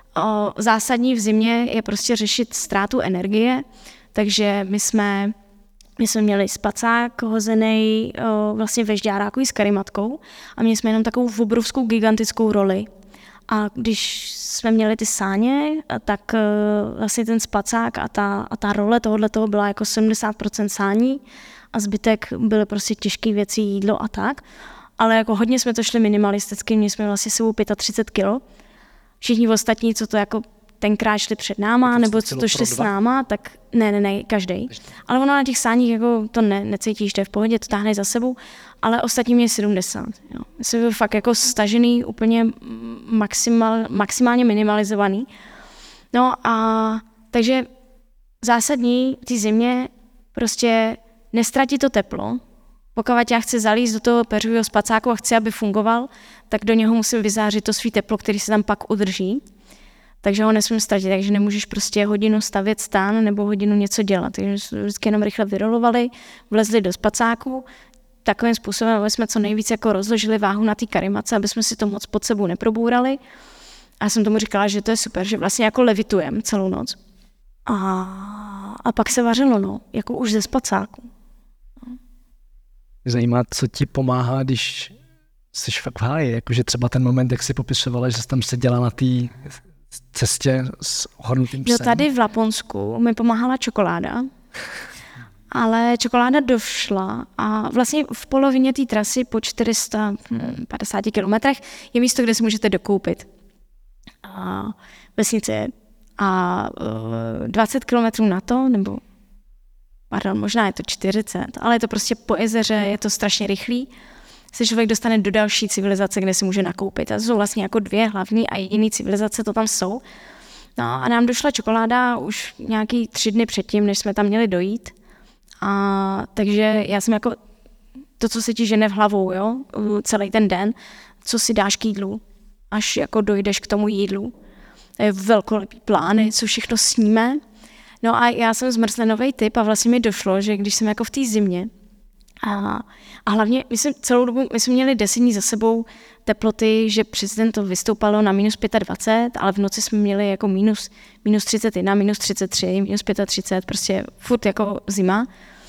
O, zásadní v zimě je prostě řešit ztrátu energie, takže my jsme My jsme měli spacák hozený vlastně ve žďáráku s karimatkou a měli jsme jenom takovou obrovskou gigantickou roli. A když jsme měli ty sáně, tak vlastně ten spacák a ta, a ta role tohoto byla jako sedmdesát procent sání a zbytek byly prostě těžké věci, jídlo a tak. Ale jako hodně jsme to šli minimalisticky, měli jsme vlastně sebou třicet pět kilo. Všichni ostatní, co to jako tenkrát šli před náma, nebo co to šli s náma, tak ne, ne, ne, každej. Ale ono na těch sáních jako to ne, necítíš, to je v pohodě, to táhneš za sebou, ale ostatní mě je sedmdesát. Jo. Jsme byli fakt jako stažený, úplně maximal, maximálně minimalizovaný. No a takže zásadní v té zimě prostě nestratit to teplo. Pokud já chci zalízt do toho peřového spacáku a chci, aby fungoval, tak do něho musím vyzářit to svý teplo, který se tam pak udrží. Takže ho nesmím ztratit, takže nemůžeš prostě hodinu stavět stán nebo hodinu něco dělat. Takže jsme vždycky jenom rychle vyrolovali, vlezli do spacáku, takovým způsobem, aby jsme co nejvíc jako rozložili váhu na té karimace, aby jsme si to moc pod sebou neprobůrali. A já jsem tomu říkala, že to je super, že vlastně jako levitujem celou noc. A, a pak se vařilo, no, jako už ze spacáku. No. Zajímá, co ti pomáhá, když jsi fakt v háji, jakože třeba ten moment, jak jsi popisovala, že jsi tam seděla na té cestě s ohrnutým psem. Jo, tady v Laponsku mi pomáhala čokoláda, ale čokoláda došla a vlastně v polovině té trasy po čtyři sta padesáti kilometrech je místo, kde si můžete dokoupit. A vesnice a dvacet kilometrů na to, nebo pardon, možná je to čtyřicet, ale je to prostě po jezeře, je to strašně rychlý. Se člověk dostane do další civilizace, kde si může nakoupit. A to jsou vlastně jako dvě hlavní a jediný civilizace, to tam jsou. No a nám došla čokoláda už nějaký tři dny předtím, než jsme tam měli dojít. A takže já jsem jako to, co se ti žene v hlavou, jo, celý ten den, co si dáš k jídlu, až jako dojdeš k tomu jídlu. Je velkolepý plány, co všechno sníme. No a já jsem zmrzlinový typ a vlastně mi došlo, že když jsem jako v té zimě a, a hlavně my jsme celou dobu, my jsme měli deset dní za sebou teploty, že přes den to vystoupalo na minus dvacet pět, ale v noci jsme měli jako minus, minus třicet jedna, minus třicet tři, minus třicet pět, prostě furt jako zima.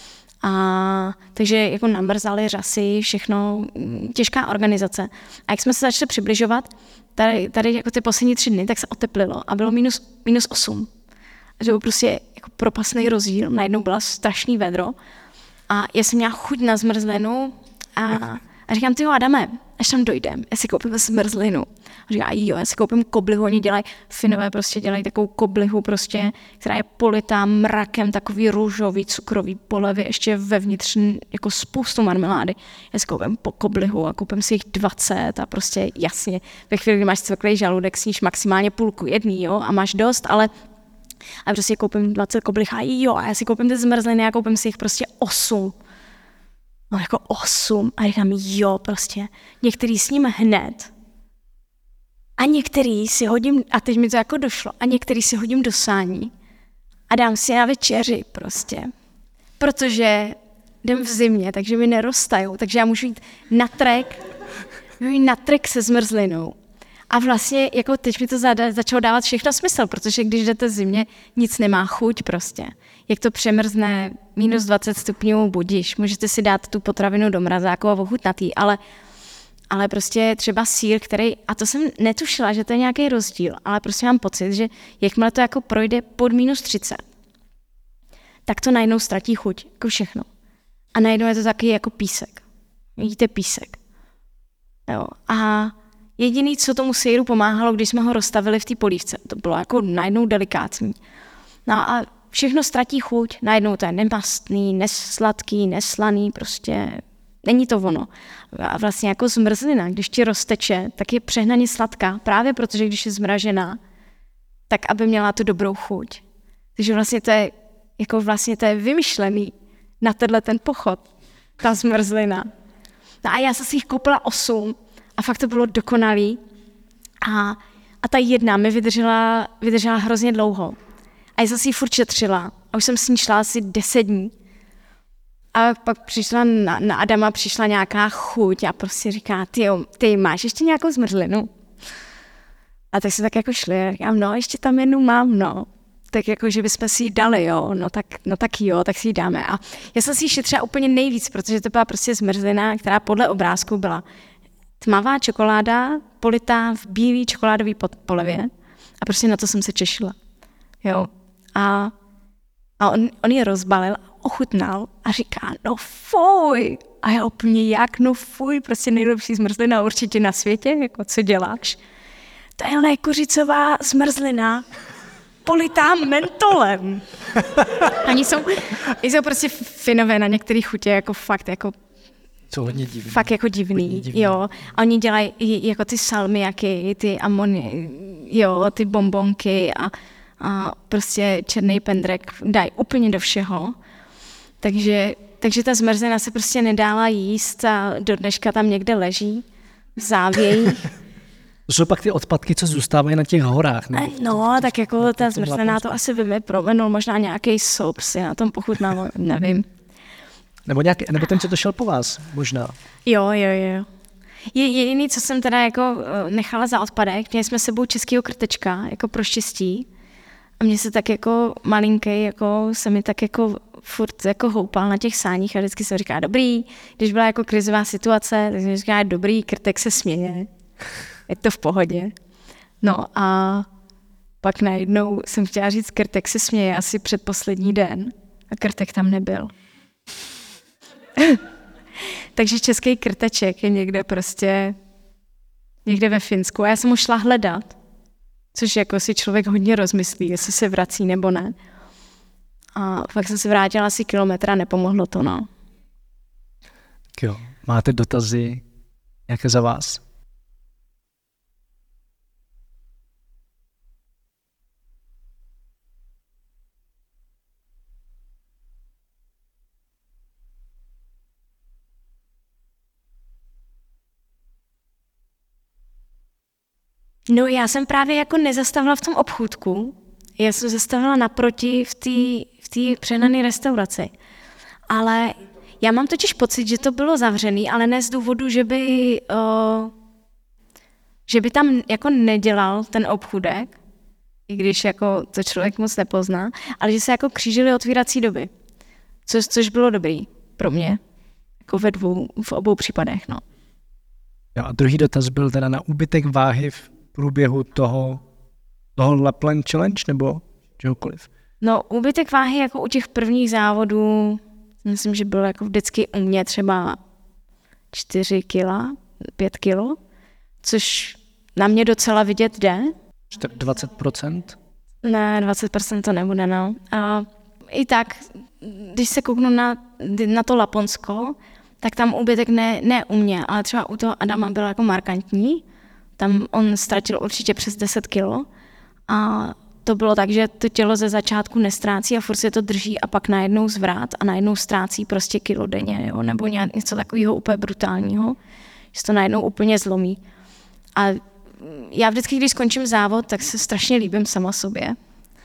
A takže jako namrzaly řasy, všechno, těžká organizace. A jak jsme se začali přibližovat, tady, tady jako ty poslední tři dny, tak se oteplilo a bylo minus, minus osm. Že byl prostě jako propastný rozdíl, najednou byla strašný vedro a já jsem měla chuť na zmrzlinu a, a říkám, ty jo, Adame, až tam dojdem, já si koupím zmrzlinu. A říká, jo, já si koupím koblihu, oni dělají, Finové prostě dělají takovou koblihu prostě, která je politá mrakem, takový růžový, cukrový polevy, ještě vevnitř jako spoustu marmelády. Já si koupím po koblihu a koupím si jich dvacet a prostě jasně, ve chvíli, kdy máš cvrklej žaludek, sníš maximálně půlku jedný, jo, a máš dost, ale a prostě koupím dvacet koblih a jo, a já si koupím ty zmrzliny a koupím si jich prostě osm. No jako osm. A říkám, jo, prostě. Některý sním hned. A některý si hodím, a teď mi to jako došlo, a některý si hodím do sání a dám si na večeři prostě. Protože jdem v zimě, takže mi neroztajou, takže já můžu jít na trek, můžu jít na trek se zmrzlinou. A vlastně jako teď mi to začalo dávat všechno smysl, protože když jdete v zimě, nic nemá chuť prostě. Jak to přemrzne minus dvacet stupňů, budíš. Můžete si dát tu potravinu do mrazáku a ochutnatý, ale, ale prostě třeba sýr, který, a to jsem netušila, že to je nějaký rozdíl, ale prostě mám pocit, že jakmile to jako projde pod minus třicet, tak to najednou ztratí chuť, jako všechno. A najednou je to taky jako písek. Vidíte písek. Jo. A jediný, co tomu sýru pomáhalo, když jsme ho rozstavili v té polívce, to bylo jako najednou delikátní. No a všechno ztratí chuť, najednou to je nemastný, nesladký, neslaný, prostě není to ono. A vlastně jako zmrzlina, když ti rozteče, tak je přehnaně sladká, právě protože když je zmražená, tak aby měla tu dobrou chuť. Takže vlastně to je, jako vlastně to je vymyšlený na tenhle ten pochod, ta zmrzlina. No a já jsem si jich koupila osm a fakt to bylo dokonalý. A, a ta jedna mi vydržela, vydržela hrozně dlouho. A já jsem si ji furt šetřila. A už jsem s ní šla asi deset dní. A pak přišla na, na Adama, přišla nějaká chuť a prostě říká, ty jo, ty máš ještě nějakou zmrzlinu? A tak se tak jako šli a říkám, no, ještě tam jednu mám, no. Tak jako, že bychom si ji dali, jo, no tak, no tak jo, tak si ji dáme. A já jsem si ji šetřila úplně nejvíc, protože to byla prostě zmrzlina, která podle obrázku byla tmavá čokoláda, politá v bílý čokoládový polevě. A prostě na to jsem se těšila. Jo. A, a on, on je rozbalil, ochutnal a říká, no fuj. A já úplně jak, no fuj, prostě nejlepší zmrzlina určitě na světě, jako co děláš? To je lékořicová zmrzlina, politá mentolem. Oni jsou, jsou prostě Finové na některé chutě, jako fakt, jako jsou hodně divný. Fakt jako divný, hodně divný. Jo. A oni dělají jako ty salmiaky, ty amony, jo, ty bombonky a, a prostě černý pendrek dají úplně do všeho. Takže, takže ta zmrzlina se prostě nedála jíst a do dneška tam někde leží v závějích. To jsou pak ty odpadky, co zůstávají na těch horách. Ne? No, tak jako ta zmrzlená to asi by mi provenul, možná nějaký soup si na tom pochutnal, nevím. Nebo, nějaký, nebo ten, co to šel po vás, možná. Jo, jo, jo. Je jediný, co jsem teda jako nechala za odpadek, měli jsme s sebou českýho krtečka, jako pro štěstí. A mě se tak jako malinký, jako se mi tak jako furt jako houpal na těch sáních a vždycky jsem říkala, dobrý, když byla jako krizová situace, tak jsem říkala, dobrý, krtek se směje, je to v pohodě. No a pak najednou jsem chtěla říct, krtek se směje asi předposlední den a krtek tam nebyl. Takže český krteček je někde prostě, někde ve Finsku a já jsem ho šla hledat, což jako si člověk hodně rozmyslí, jestli se vrací nebo ne. A pak jsem se vrátila asi kilometr a nepomohlo to, no. Tak jo, máte dotazy, jaké za vás? No já jsem právě jako nezastavila v tom obchůdku, já jsem zastavila naproti v té v té přehnané restauraci. Ale já mám totiž pocit, že to bylo zavřený, ale ne z důvodu, že by, uh, že by tam jako nedělal ten obchůdek, i když jako to člověk moc nepozná, ale že se jako křížily otvírací doby, což, což bylo dobrý pro mě, jako ve dvou, v obou případech, no. Jo, a druhý dotaz byl teda na úbytek váhy v průběhu toho, toho Lapland Challenge nebo čehokoliv? No, úbytek váhy jako u těch prvních závodů, myslím, že bylo jako vždycky u mě třeba čtyři kila, pět kilo, což na mě docela vidět jde. dvacet procent? Ne, dvacet procent to nebude, no. A i tak, když se kouknu na, na to Laponsko, tak tam úbytek ne, ne u mě, ale třeba u toho Adama byl jako markantní. Tam on ztratil určitě přes deset kilo a to bylo tak, že to tělo ze začátku nestrácí a furt se to drží a pak najednou zvrat a najednou ztrácí prostě kilo denně, jo, nebo něco takového úplně brutálního, že se to najednou úplně zlomí. A já vždycky, když skončím závod, tak se strašně líbím sama sobě.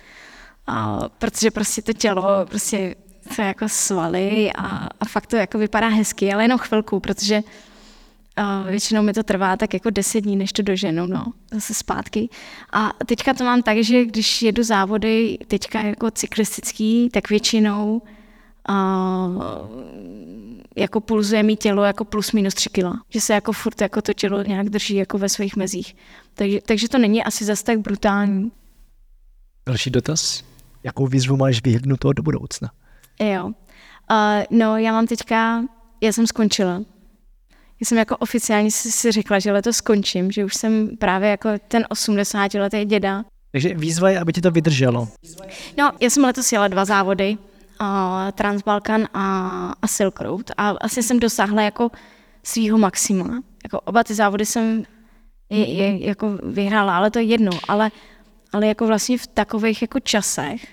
A protože prostě to tělo, prostě to je jako svaly a, a fakt to jako vypadá hezky, ale jenom chvilku, protože uh, většinou mi to trvá tak jako deset dní, než to doženu, no, zase zpátky. A teďka to mám tak, že když jedu závody teďka jako cyklistický, tak většinou uh, jako pulzuje mi tělo jako plus minus tři kila. Že se jako furt jako to tělo nějak drží jako ve svých mezích. Takže, takže to není asi zase tak brutální. Další dotaz. Jakou výzvu máš vyhlednutou do budoucna? Jo. Uh, no, já mám teďka, já jsem skončila. Já jsem jako oficiálně si, si řekla, že letos skončím, že už jsem právě jako ten osmdesátiletý děda. Takže výzva je, aby ti to vydrželo. No, já jsem letos jela dva závody, uh, Transbalkan a, a Silk Road a asi jsem dosáhla jako svýho maxima. Jako oba ty závody jsem je, je, jako vyhrála, ale to je jedno, ale, ale jako vlastně v takových jako časech,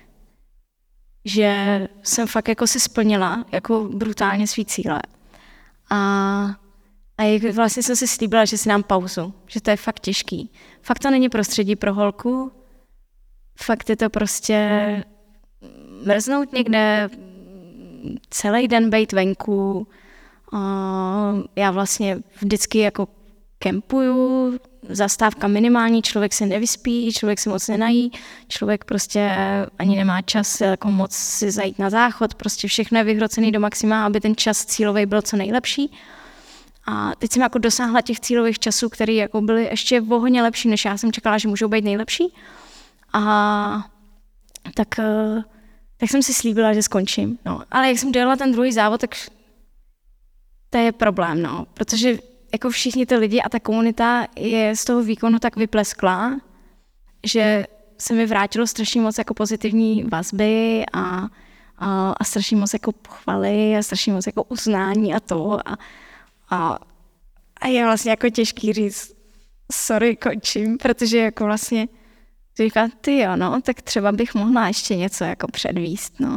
že jsem fakt jako si splnila jako brutálně svý cíle. A, a jak vlastně jsem si slíbila, že si dám pauzu, že to je fakt těžký. Fakt to není prostředí pro holku, fakt je to prostě mrznout někde, celý den bejt venku. A já vlastně vždycky jako kempuju, zastávka minimální, člověk se nevyspí, člověk se moc nenají, člověk prostě ani nemá čas jako moc si zajít na záchod, prostě všechno je vyhrocený do maxima, aby ten čas cílový byl co nejlepší. A teď jsem jako dosáhla těch cílových časů, které jako byly ještě o hodně lepší, než já jsem čekala, že můžou být nejlepší. A tak, tak jsem si slíbila, že skončím. No. Ale jak jsem dojela ten druhý závod, tak to je problém, no, protože jako všichni ty lidi a ta komunita je z toho výkonu tak vyplesklá, že se mi vrátilo strašně moc jako pozitivní vazby a, a, a strašně moc jako pochvaly a strašně moc jako uznání a to. A, a, a je vlastně jako těžký říct, sorry, končím, protože jako vlastně říká, ty jo, no, tak třeba bych mohla ještě něco jako předvíst, no.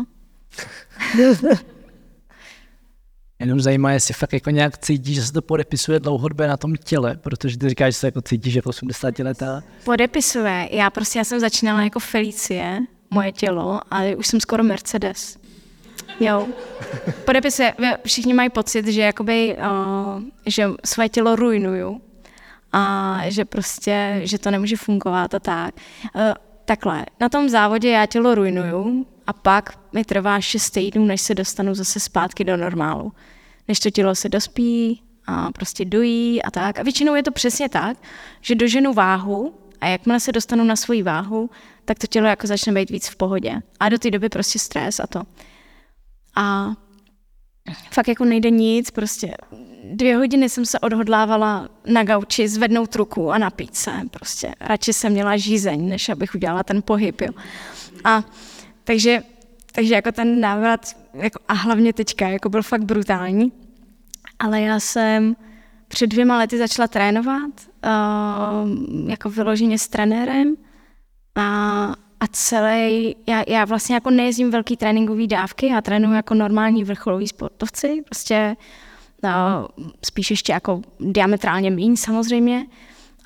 Jenom zajímá, jestli fakt jako nějak cítíš, že se to podepisuje dlouhodobě na tom těle, protože ty říkáš, že se jako cítíš jako osmdesátiletá. Podepisuje. Já prostě já jsem začínala jako Felicie, moje tělo, a už jsem skoro Mercedes. Jo. Podepisuje. Všichni mají pocit, že jakoby, uh, že své tělo ruinuju a že prostě, že to nemůže fungovat a tak. Uh, takhle, na tom závodě já tělo ruinuju, a pak mi trvá šest týdnů, než se dostanu zase zpátky do normálu. Než to tělo se dospí a prostě dojí a tak. A většinou je to přesně tak, že doženu váhu a jakmile se dostanu na svoji váhu, tak to tělo jako začne být víc v pohodě. A do té doby prostě stres a to. A fakt jako nejde nic, prostě dvě hodiny jsem se odhodlávala na gauči zvednout ruku a napít se. Prostě radši jsem měla žízeň, než abych udělala ten pohyb. Jo. A Takže, takže jako ten návrat, jako, a hlavně teďka, jako byl fakt brutální. Ale já jsem před dvěma lety začala trénovat, uh, jako vyloženě s trenérem. A, a celý, já, já vlastně jako nejezdím velký tréninkový dávky, já trénuji jako normální vrcholoví sportovci, prostě uh, spíš ještě jako diametrálně míň samozřejmě.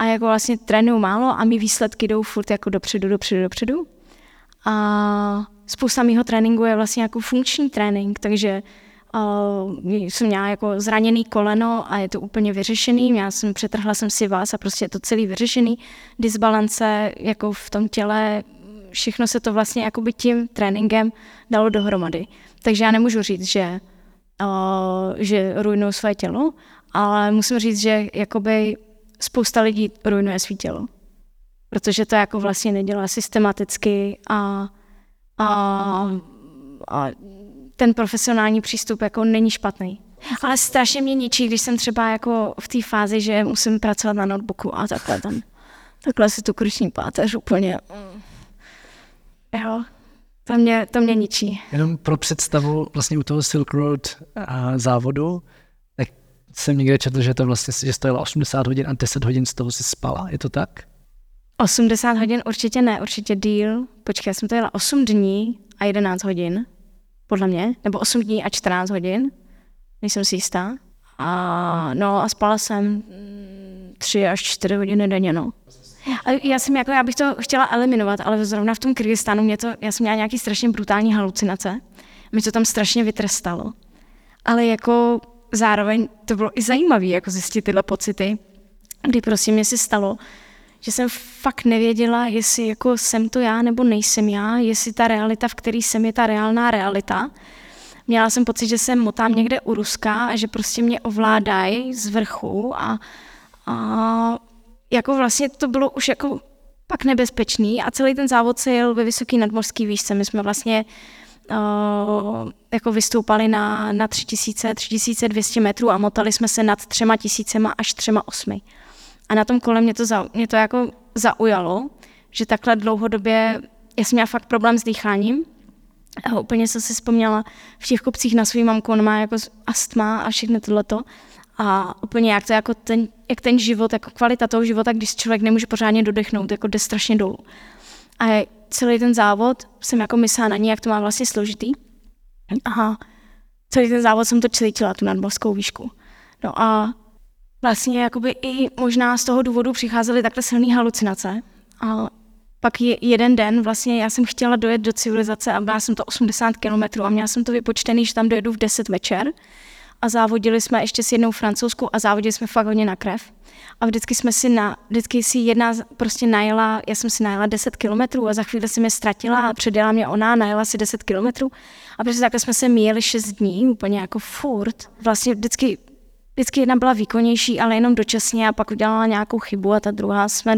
a jako vlastně trénuju málo a mý výsledky jdou furt jako dopředu, dopředu, dopředu. A spousta mýho tréninku je vlastně jako funkční trénink, takže uh, jsem měla jako zraněný koleno a je to úplně vyřešený. Já jsem přetrhla jsem si vás a prostě je to celý vyřešený. Disbalance jako v tom těle, všechno se to vlastně jakoby tím tréninkem dalo dohromady. Takže já nemůžu říct, že, uh, že ruinuju své tělo, ale musím říct, že jakoby spousta lidí ruinuje své tělo. Protože to jako vlastně nedělá systematicky a, a, a ten profesionální přístup jako není špatný. Ale strašně mě ničí, když jsem třeba jako v té fázi, že musím pracovat na notebooku a takhle tam, takhle si tu kruční páteř úplně, jo, to mě, to mě ničí. Jenom pro představu vlastně u toho Silk Road a závodu, tak jsem někde četl, že to vlastně že stojilo osmdesát hodin a deset hodin z toho si spala, je to tak? osmdesát hodin určitě ne, určitě díl. Počkej, já jsem to jela osm dní a jedenáct hodin, podle mě, nebo osm dní a čtrnáct hodin, nejsem si jistá. A, no a spala jsem tři až čtyři hodiny denně, no. A já jsem jako, já bych to chtěla eliminovat, ale zrovna v tom Kyrgyzstánu mě to, já jsem měla nějaký strašně brutální halucinace, mě to tam strašně vytrestalo. Ale jako zároveň to bylo i zajímavé, jako zjistit tyhle pocity, kdy prostě mě se stalo, že jsem fakt nevěděla, jestli jako jsem to já nebo nejsem já, jestli ta realita, v který jsem, je ta reálná realita. Měla jsem pocit, že se motám někde u Ruska a že prostě mě ovládají z vrchu a, a jako vlastně to bylo už jako pak nebezpečný a celý ten závod se jel ve vysoký nadmořský výšce. My jsme vlastně uh, jako vystoupali na, na tři tisíce, tři tisíce dvě stě metrů a motali jsme se nad třema tisícema až třema osmi. A na tom kole mě to, za, mě to jako zaujalo, že takhle dlouhodobě, já jsem měla fakt problém s dýcháním. A úplně jsem si vzpomněla v těch kopcích na svou mamku, ona má jako astma a všechno tohleto. A úplně jak to jako ten, jak ten život, jako kvalita toho života, když člověk nemůže pořádně dodechnout, jako jde strašně dolů. A celý ten závod jsem jako myslela na ní, jak to má vlastně složitý. A celý ten závod jsem to cítila, tu nadmořskou výšku. No a vlastně jakoby i možná z toho důvodu přicházely takhle silné halucinace. A pak je, jeden den vlastně já jsem chtěla dojet do civilizace a byla jsem to osmdesát kilometrů a měla jsem to vypočtený, že tam dojedu v deset večer. A závodili jsme ještě s jednou francouzskou a závodili jsme fakt hodně na krev. A vždycky jsme si na, vždycky si jedna prostě najela, já jsem si najela deset kilometrů a za chvíli jsem je ztratila a předjela mě ona, najela si deset kilometrů. A prostě takhle jsme se míjeli šest dní, úplně jako furt. Vlastně vždycky Vždycky jedna byla výkonnější, ale jenom dočasně a pak udělala nějakou chybu a ta druhá jsme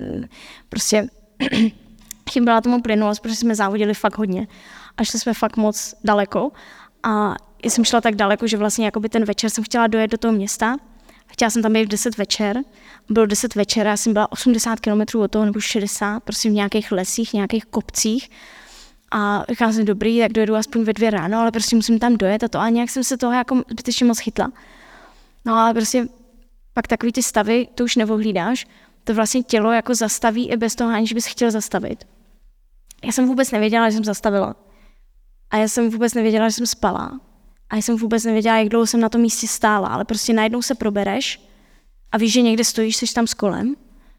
prostě chyběla tomu plynulost, protože jsme závodili fakt hodně. A šli jsme fakt moc daleko a já jsem šla tak daleko, že vlastně jakoby ten večer jsem chtěla dojet do toho města. Chtěla jsem tam být v deset večer. Bylo deset večer, já jsem byla osmdesát kilometrů od toho nebo šedesát, prostě v nějakých lesích, nějakých kopcích. A říkala jsem, dobrý, tak dojedu aspoň ve dvě ráno, ale prostě musím tam dojet a to. A nějak jsem se toho jako zbytečně moc chytla. No ale prostě pak takový ty stavy, to už neohlídáš, to vlastně tělo jako zastaví i bez toho, aniž bys chtěl zastavit. Já jsem vůbec nevěděla, že jsem zastavila. A já jsem vůbec nevěděla, že jsem spala. A já jsem vůbec nevěděla, jak dlouho jsem na tom místě stála, ale prostě najednou se probereš a víš, že někde stojíš, jsi tam s kolem,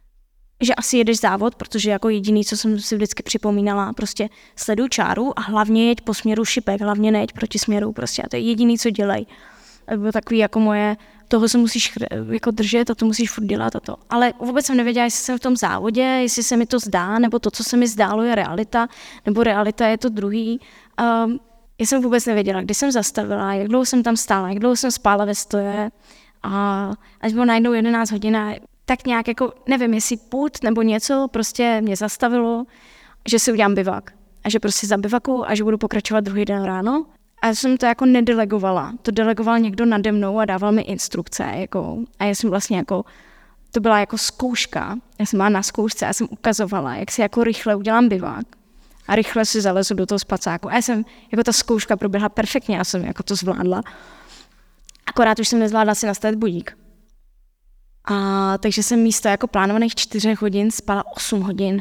že asi jedeš závod, protože jako jediný, co jsem si vždycky připomínala, prostě sleduj čáru a hlavně jeď po směru šipek, hlavně nejeď proti směru, prostě a to je jediný, co dělej. To bylo takový jako moje, toho se musíš jako držet a to musíš furt dělat a to. Ale vůbec jsem nevěděla, jestli jsem v tom závodě, jestli se mi to zdá, nebo to, co se mi zdálo, je realita, nebo realita je to druhý. Um, já jsem vůbec nevěděla, kdy jsem zastavila, jak dlouho jsem tam stála, jak dlouho jsem spála ve stoje a až bylo najednou jedenáct hodin, tak nějak jako, nevím, jestli půd nebo něco prostě mě zastavilo, že si udělám bivak a že prostě za bivaku a že budu pokračovat druhý den ráno. A já jsem to jako nedelegovala. To delegoval někdo nade mnou a dával mi instrukce. Jako, a já jsem vlastně jako, to byla jako zkouška. Já jsem byla na zkoušce a jsem ukazovala, jak si jako rychle udělám bivák. A rychle si zalezu do toho spacáku. A já jsem, jako ta zkouška proběhla perfektně, já jsem jako to zvládla. Akorát už jsem nezvládla si nastavit budík. A takže jsem místo jako plánovaných čtyřech hodin spala osm hodin.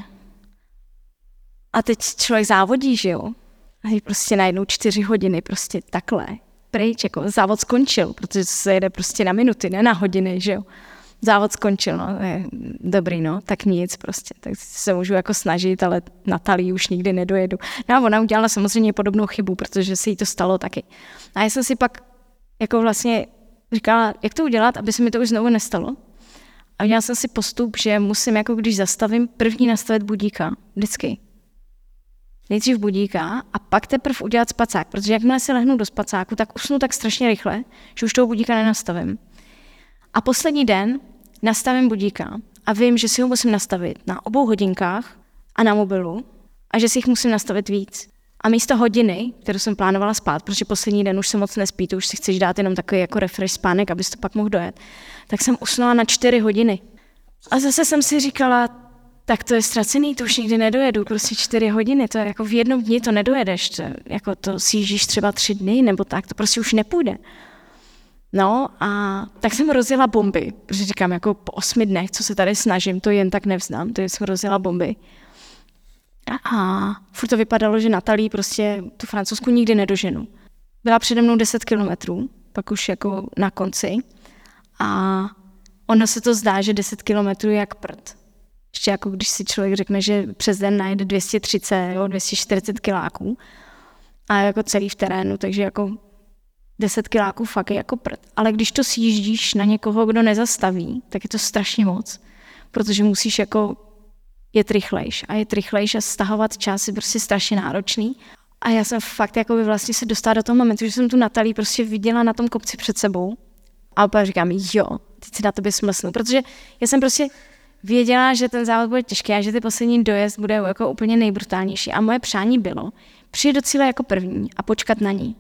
A teď člověk závodí, že jo? A prostě najednou čtyři hodiny, prostě takhle, pryč, jako závod skončil, protože se jede prostě na minuty, ne na hodiny, že jo. závod skončil, no, dobrý, no, tak nic prostě, tak se můžu jako snažit, ale na Talii už nikdy nedojedu. No a ona udělala samozřejmě podobnou chybu, protože se jí to stalo taky. A já jsem si pak jako vlastně říkala, jak to udělat, aby se mi to už znovu nestalo. A udělala jsem si postup, že musím, jako když zastavím, první nastavit budíka, vždycky. Nejdřív budíka a pak teprve udělat spacák, protože jakmile se lehnu do spacáku, tak usnu tak strašně rychle, že už toho budíka nenastavím. A poslední den nastavím budíka a vím, že si ho musím nastavit na obou hodinkách a na mobilu a že si jich musím nastavit víc. A místo hodiny, kterou jsem plánovala spát, protože poslední den už se moc nespí, to už si chceš dát jenom takový jako refresh spánek, abys to pak mohl dojet, tak jsem usnula na čtyři hodiny. A zase jsem si říkala, tak to je ztracený, to už nikdy nedojedu, prostě čtyři hodiny, to je jako v jednom dni to nedojedeš, to, jako to sjíždíš třeba tři dny nebo tak, to prostě už nepůjde. No a tak jsem rozjela bomby, protože říkám, jako po osmi dnech, co se tady snažím, to jen tak nevzdám, to jsem rozjela bomby. A furt to vypadalo, že Natalii prostě tu francouzsku nikdy nedoženu. Byla přede mnou deset kilometrů, pak už jako na konci. A ono se to zdá, že deset kilometrů je jak prd. Ještě jako když si člověk řekne, že přes den najde dvě stě třicet, jo, dvě stě čtyřicet kiláků. A jako celý v terénu, takže jako deset kiláků fakt je jako prd. Ale když to sjíždíš na někoho, kdo nezastaví, tak je to strašně moc. Protože musíš jako jet rychlejš a jet rychlejš a stahovat čas je prostě strašně náročný. A já jsem fakt jako by vlastně se dostala do toho momentu, že jsem tu Natalii prostě viděla na tom kopci před sebou a opět říkám, jo, teď si na tobě smlsnu, protože já jsem prostě věděla, že ten závod bude těžký a že ty poslední dojezd bude jako úplně nejbrutálnější. A moje přání bylo přijet do cíle jako první a počkat na ní.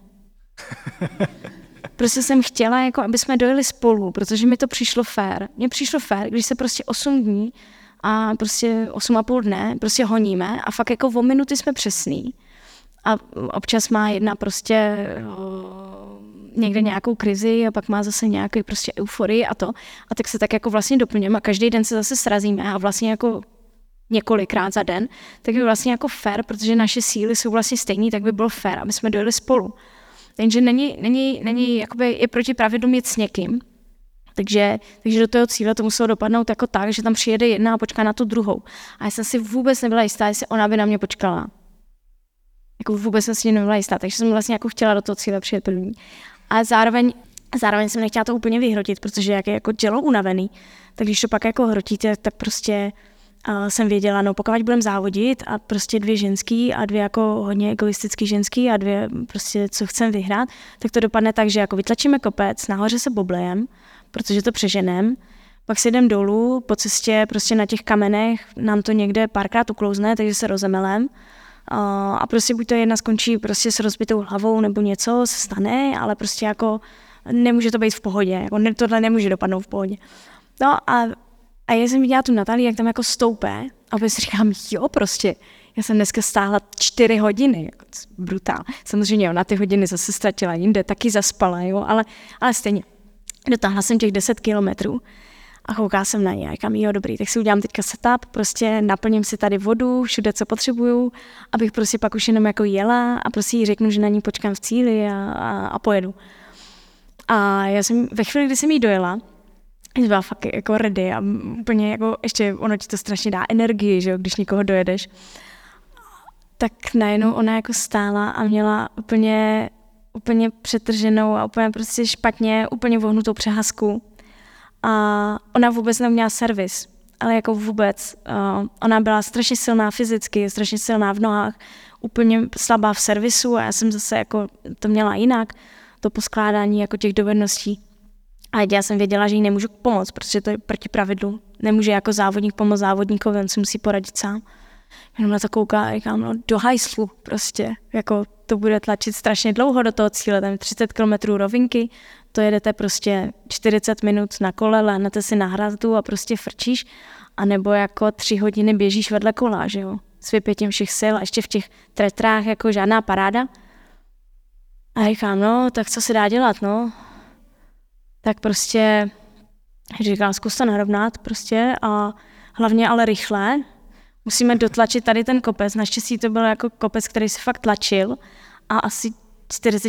Prostě jsem chtěla, jako, aby jsme dojeli spolu, protože mi to přišlo fér. Mně přišlo fér, když se prostě osm dní a prostě osm a půl dne prostě honíme a fakt jako o minuty jsme přesný. A občas má jedna prostě o, někde nějakou krizi a pak má zase nějakou prostě euforii a to. A tak se tak jako vlastně doplňujeme a každý den se zase srazíme a vlastně jako několikrát za den, tak by vlastně jako fér, protože naše síly jsou vlastně stejný, tak by bylo fér, aby jsme dojeli spolu. Takže není, není, není jakoby je proti pravidlům jet s někým. Takže, takže do toho cíle to muselo dopadnout jako tak, že tam přijede jedna a počká na tu druhou. A já jsem si vůbec nebyla jistá, jestli ona by na mě počkala. Jako vůbec jsem si nebyla jistá, takže jsem vlastně jako chtěla do toho cíle přijet první. A zároveň, zároveň jsem nechtěla to úplně vyhrotit, protože jak je jako tělo unavený, tak když to pak jako hrotíte, tak prostě uh, jsem věděla, no pokud budeme závodit a prostě dvě ženský a dvě jako hodně egoistický ženský a dvě prostě co chcem vyhrát, tak to dopadne tak, že jako vytlačíme kopec, nahoře se boblejem, protože to přeženem, pak si jdem dolů, po cestě prostě na těch kamenech nám to někde párkrát uklouzne, takže se rozemelem. A prostě buď to jedna skončí prostě s rozbitou hlavou nebo něco se stane, ale prostě jako nemůže to být v pohodě, jako tohle nemůže dopadnout v pohodě. No a, a já jsem viděla tu Natalii, jak tam jako stoupé a opět si říkám, jo prostě, já jsem dneska stáhla čtyři hodiny, jako brutál. Samozřejmě ona ty hodiny zase ztratila jinde, taky zaspala, jo, ale, ale stejně. Dotáhla jsem těch deset kilometrů a koukala jsem na ní a říkám, jo, dobrý, tak si udělám teďka setup, prostě naplním si tady vodu, všude, co potřebuju, abych prostě pak už jenom jako jela a prostě jí řeknu, že na ní počkám v cíli a, a, a pojedu. A já jsem, ve chvíli, kdy jsem jí dojela, byla fakt jako ready a úplně jako, ještě ono ti to strašně dá energii, že jo, když někoho dojedeš. Tak najednou ona jako stála a měla úplně, úplně přetrženou a úplně prostě špatně, úplně vohnutou přehazku. A ona vůbec neměla servis, ale jako vůbec. Uh, ona byla strašně silná fyzicky, strašně silná v nohách, úplně slabá v servisu a já jsem zase jako to měla jinak, to poskládání jako těch dovedností. A já jsem věděla, že jí nemůžu pomoct, protože to je proti pravidlu. Nemůže jako závodník pomoct závodníkovi, on si musí poradit sám. Jenom na to kouká a říkám, no do hajslu prostě, jako to bude tlačit strašně dlouho do toho cíle, tam je třicet kilometrů rovinky, to jedete prostě čtyřicet minut na kole, lehnete si na hrazdu a prostě frčíš, anebo jako tři hodiny běžíš vedle kola, že jo, s vypětím všech sil a ještě v těch tretrách jako žádná paráda. A říkám, no, tak co se dá dělat, no, tak prostě, říkám, zkus to narovnat prostě a hlavně ale rychle, musíme dotlačit tady ten kopec, naštěstí to byl jako kopec, který se fakt tlačil a asi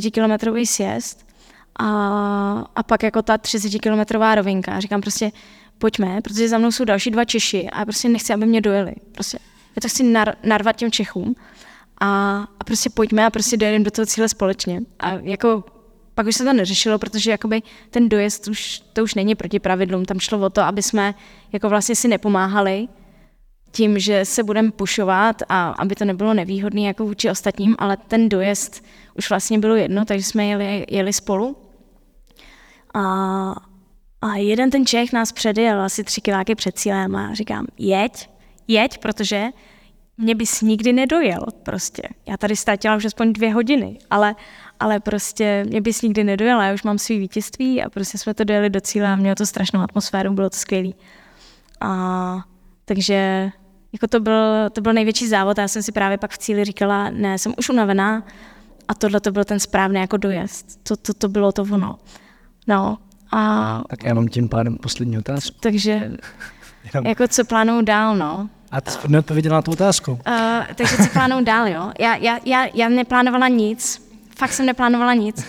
čtyřicetikilometrový sjezd a, a pak jako ta třicetikilometrová rovinka. Říkám prostě, pojďme, protože za mnou jsou další dva Češi a já prostě nechci, aby mě dojeli. Prostě, já to chci nar, narvat těm Čechům a, a prostě pojďme a prostě dojedeme do toho cíle společně. A jako pak už se to neřešilo, protože jakoby ten dojezd už, to už není proti pravidlům. Tam šlo o to, aby jsme jako vlastně si nepomáhali tím, že se budeme pušovat a aby to nebylo nevýhodné jako vůči ostatním, ale ten dojezd už vlastně bylo jedno, takže jsme jeli, jeli spolu. A, a jeden ten Čech nás předjel asi tři kiláky před cílem a říkám, jeď, jeď, protože mě bys nikdy nedojel prostě. Já tady ztratila už aspoň dvě hodiny, ale, ale prostě mě bys nikdy nedojela, já už mám svý vítězství a prostě jsme to dojeli do cíle a mělo to strašnou atmosféru, bylo to skvělý. A takže jako to byl, to byl největší závod a já jsem si právě pak v cíli říkala, ne, jsem už unavená a tohle to byl ten správný jako dojezd. To, to, to bylo to ono. No. A tak já mám tím pádem poslední otázku. Takže jako co plánuju dál, no. A ty jsi neodpověděla na tu otázku. Uh, takže co plánuju dál, jo. Já, já, já, já neplánovala nic. Fakt jsem neplánovala nic.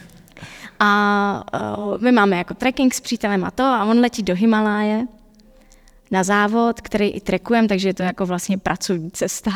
A uh, my máme jako trekking s přítelem a to a on letí do Himaláje na závod, který i trekujeme, takže je to jako vlastně pracovní cesta.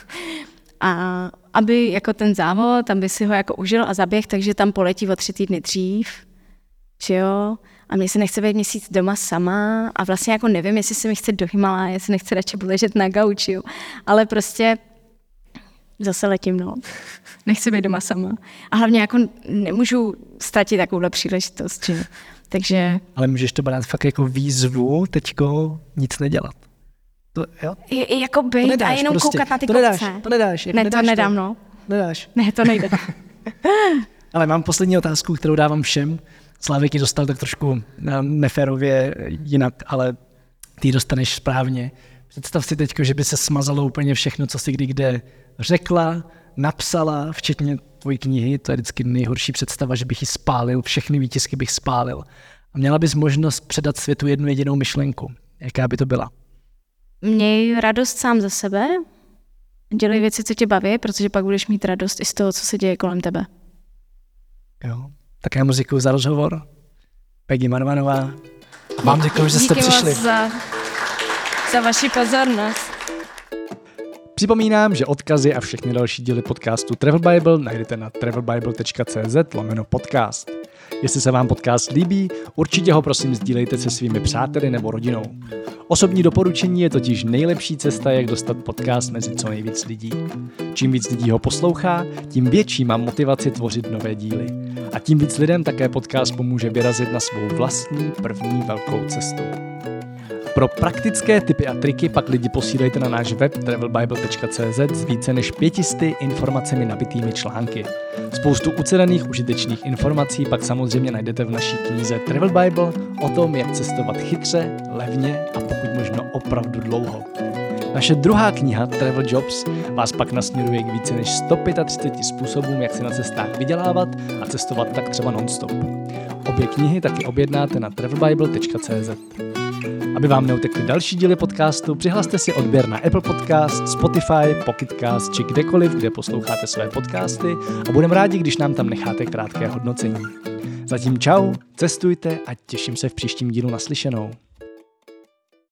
A aby jako ten závod, aby si ho jako užil a zaběh, takže tam poletí o tři týdny dřív, že jo. A mně se nechce být měsíc doma sama a vlastně jako nevím, jestli se mi chce do Himaláje, jestli nechce radši ležet na gauči, ale prostě zase letím, no. Nechci být doma sama. A hlavně jako nemůžu ztratit takovouhle příležitost, že? Takže... Ale můžeš to brát fakt jako výzvu teďko nic nedělat. To, jo? Je, jako být nedáš, a jenom prostě koukat na ty to kopce. Nedáš, to nedáš. Jako ne, nedáš to nedám, to. no. Nedáš. Ne, to nejde. Ale mám poslední otázku, kterou dávám všem. Slávek ji dostal tak trošku neférově jinak, ale ty ji dostaneš správně. Představ si teď, že by se smazalo úplně všechno, co jsi kdy kde řekla, napsala, včetně tvojí knihy. To je vždycky nejhorší představa, že bych ji spálil, všechny výtisky bych spálil. A měla bys možnost předat světu jednu jedinou myšlenku. Jaká by to byla? Měj radost sám za sebe, dělej věci, co tě baví, protože pak budeš mít radost i z toho, co se děje kolem tebe. Jo. Tak já moc děkuju za rozhovor. Peggy Marvanová. Vám děkuju, že jste Díky přišli. Moc za, za vaši pozornost. Připomínám, že odkazy a všechny další díly podcastu Travel Bible najdete na travelbible tečka cz lomeno podcast. Jestli se vám podcast líbí, určitě ho prosím sdílejte se svými přáteli nebo rodinou. Osobní doporučení je totiž nejlepší cesta, jak dostat podcast mezi co nejvíc lidí. Čím víc lidí ho poslouchá, tím větší mám motivaci tvořit nové díly. A tím víc lidem také podcast pomůže vyrazit na svou vlastní první velkou cestu. Pro praktické tipy a triky pak lidi posílejte na náš web travelbible tečka cz s více než pětisty informacemi nabitými články. Spoustu ucelených užitečných informací pak samozřejmě najdete v naší knize Travel Bible o tom, jak cestovat chytře, levně a pokud možno opravdu dlouho. Naše druhá kniha Travel Jobs vás pak nasměruje k více než sto třiceti pěti způsobům, jak si na cestách vydělávat a cestovat tak třeba non-stop. Obě knihy taky objednáte na travelbible tečka cz. Aby vám neutekly další díly podcastu, přihlaste si odběr na Apple Podcast, Spotify, Pocketcast či kdekoliv, kde posloucháte své podcasty a budeme rádi, když nám tam necháte krátké hodnocení. Zatím čau, cestujte a těším se v příštím dílu naslyšenou.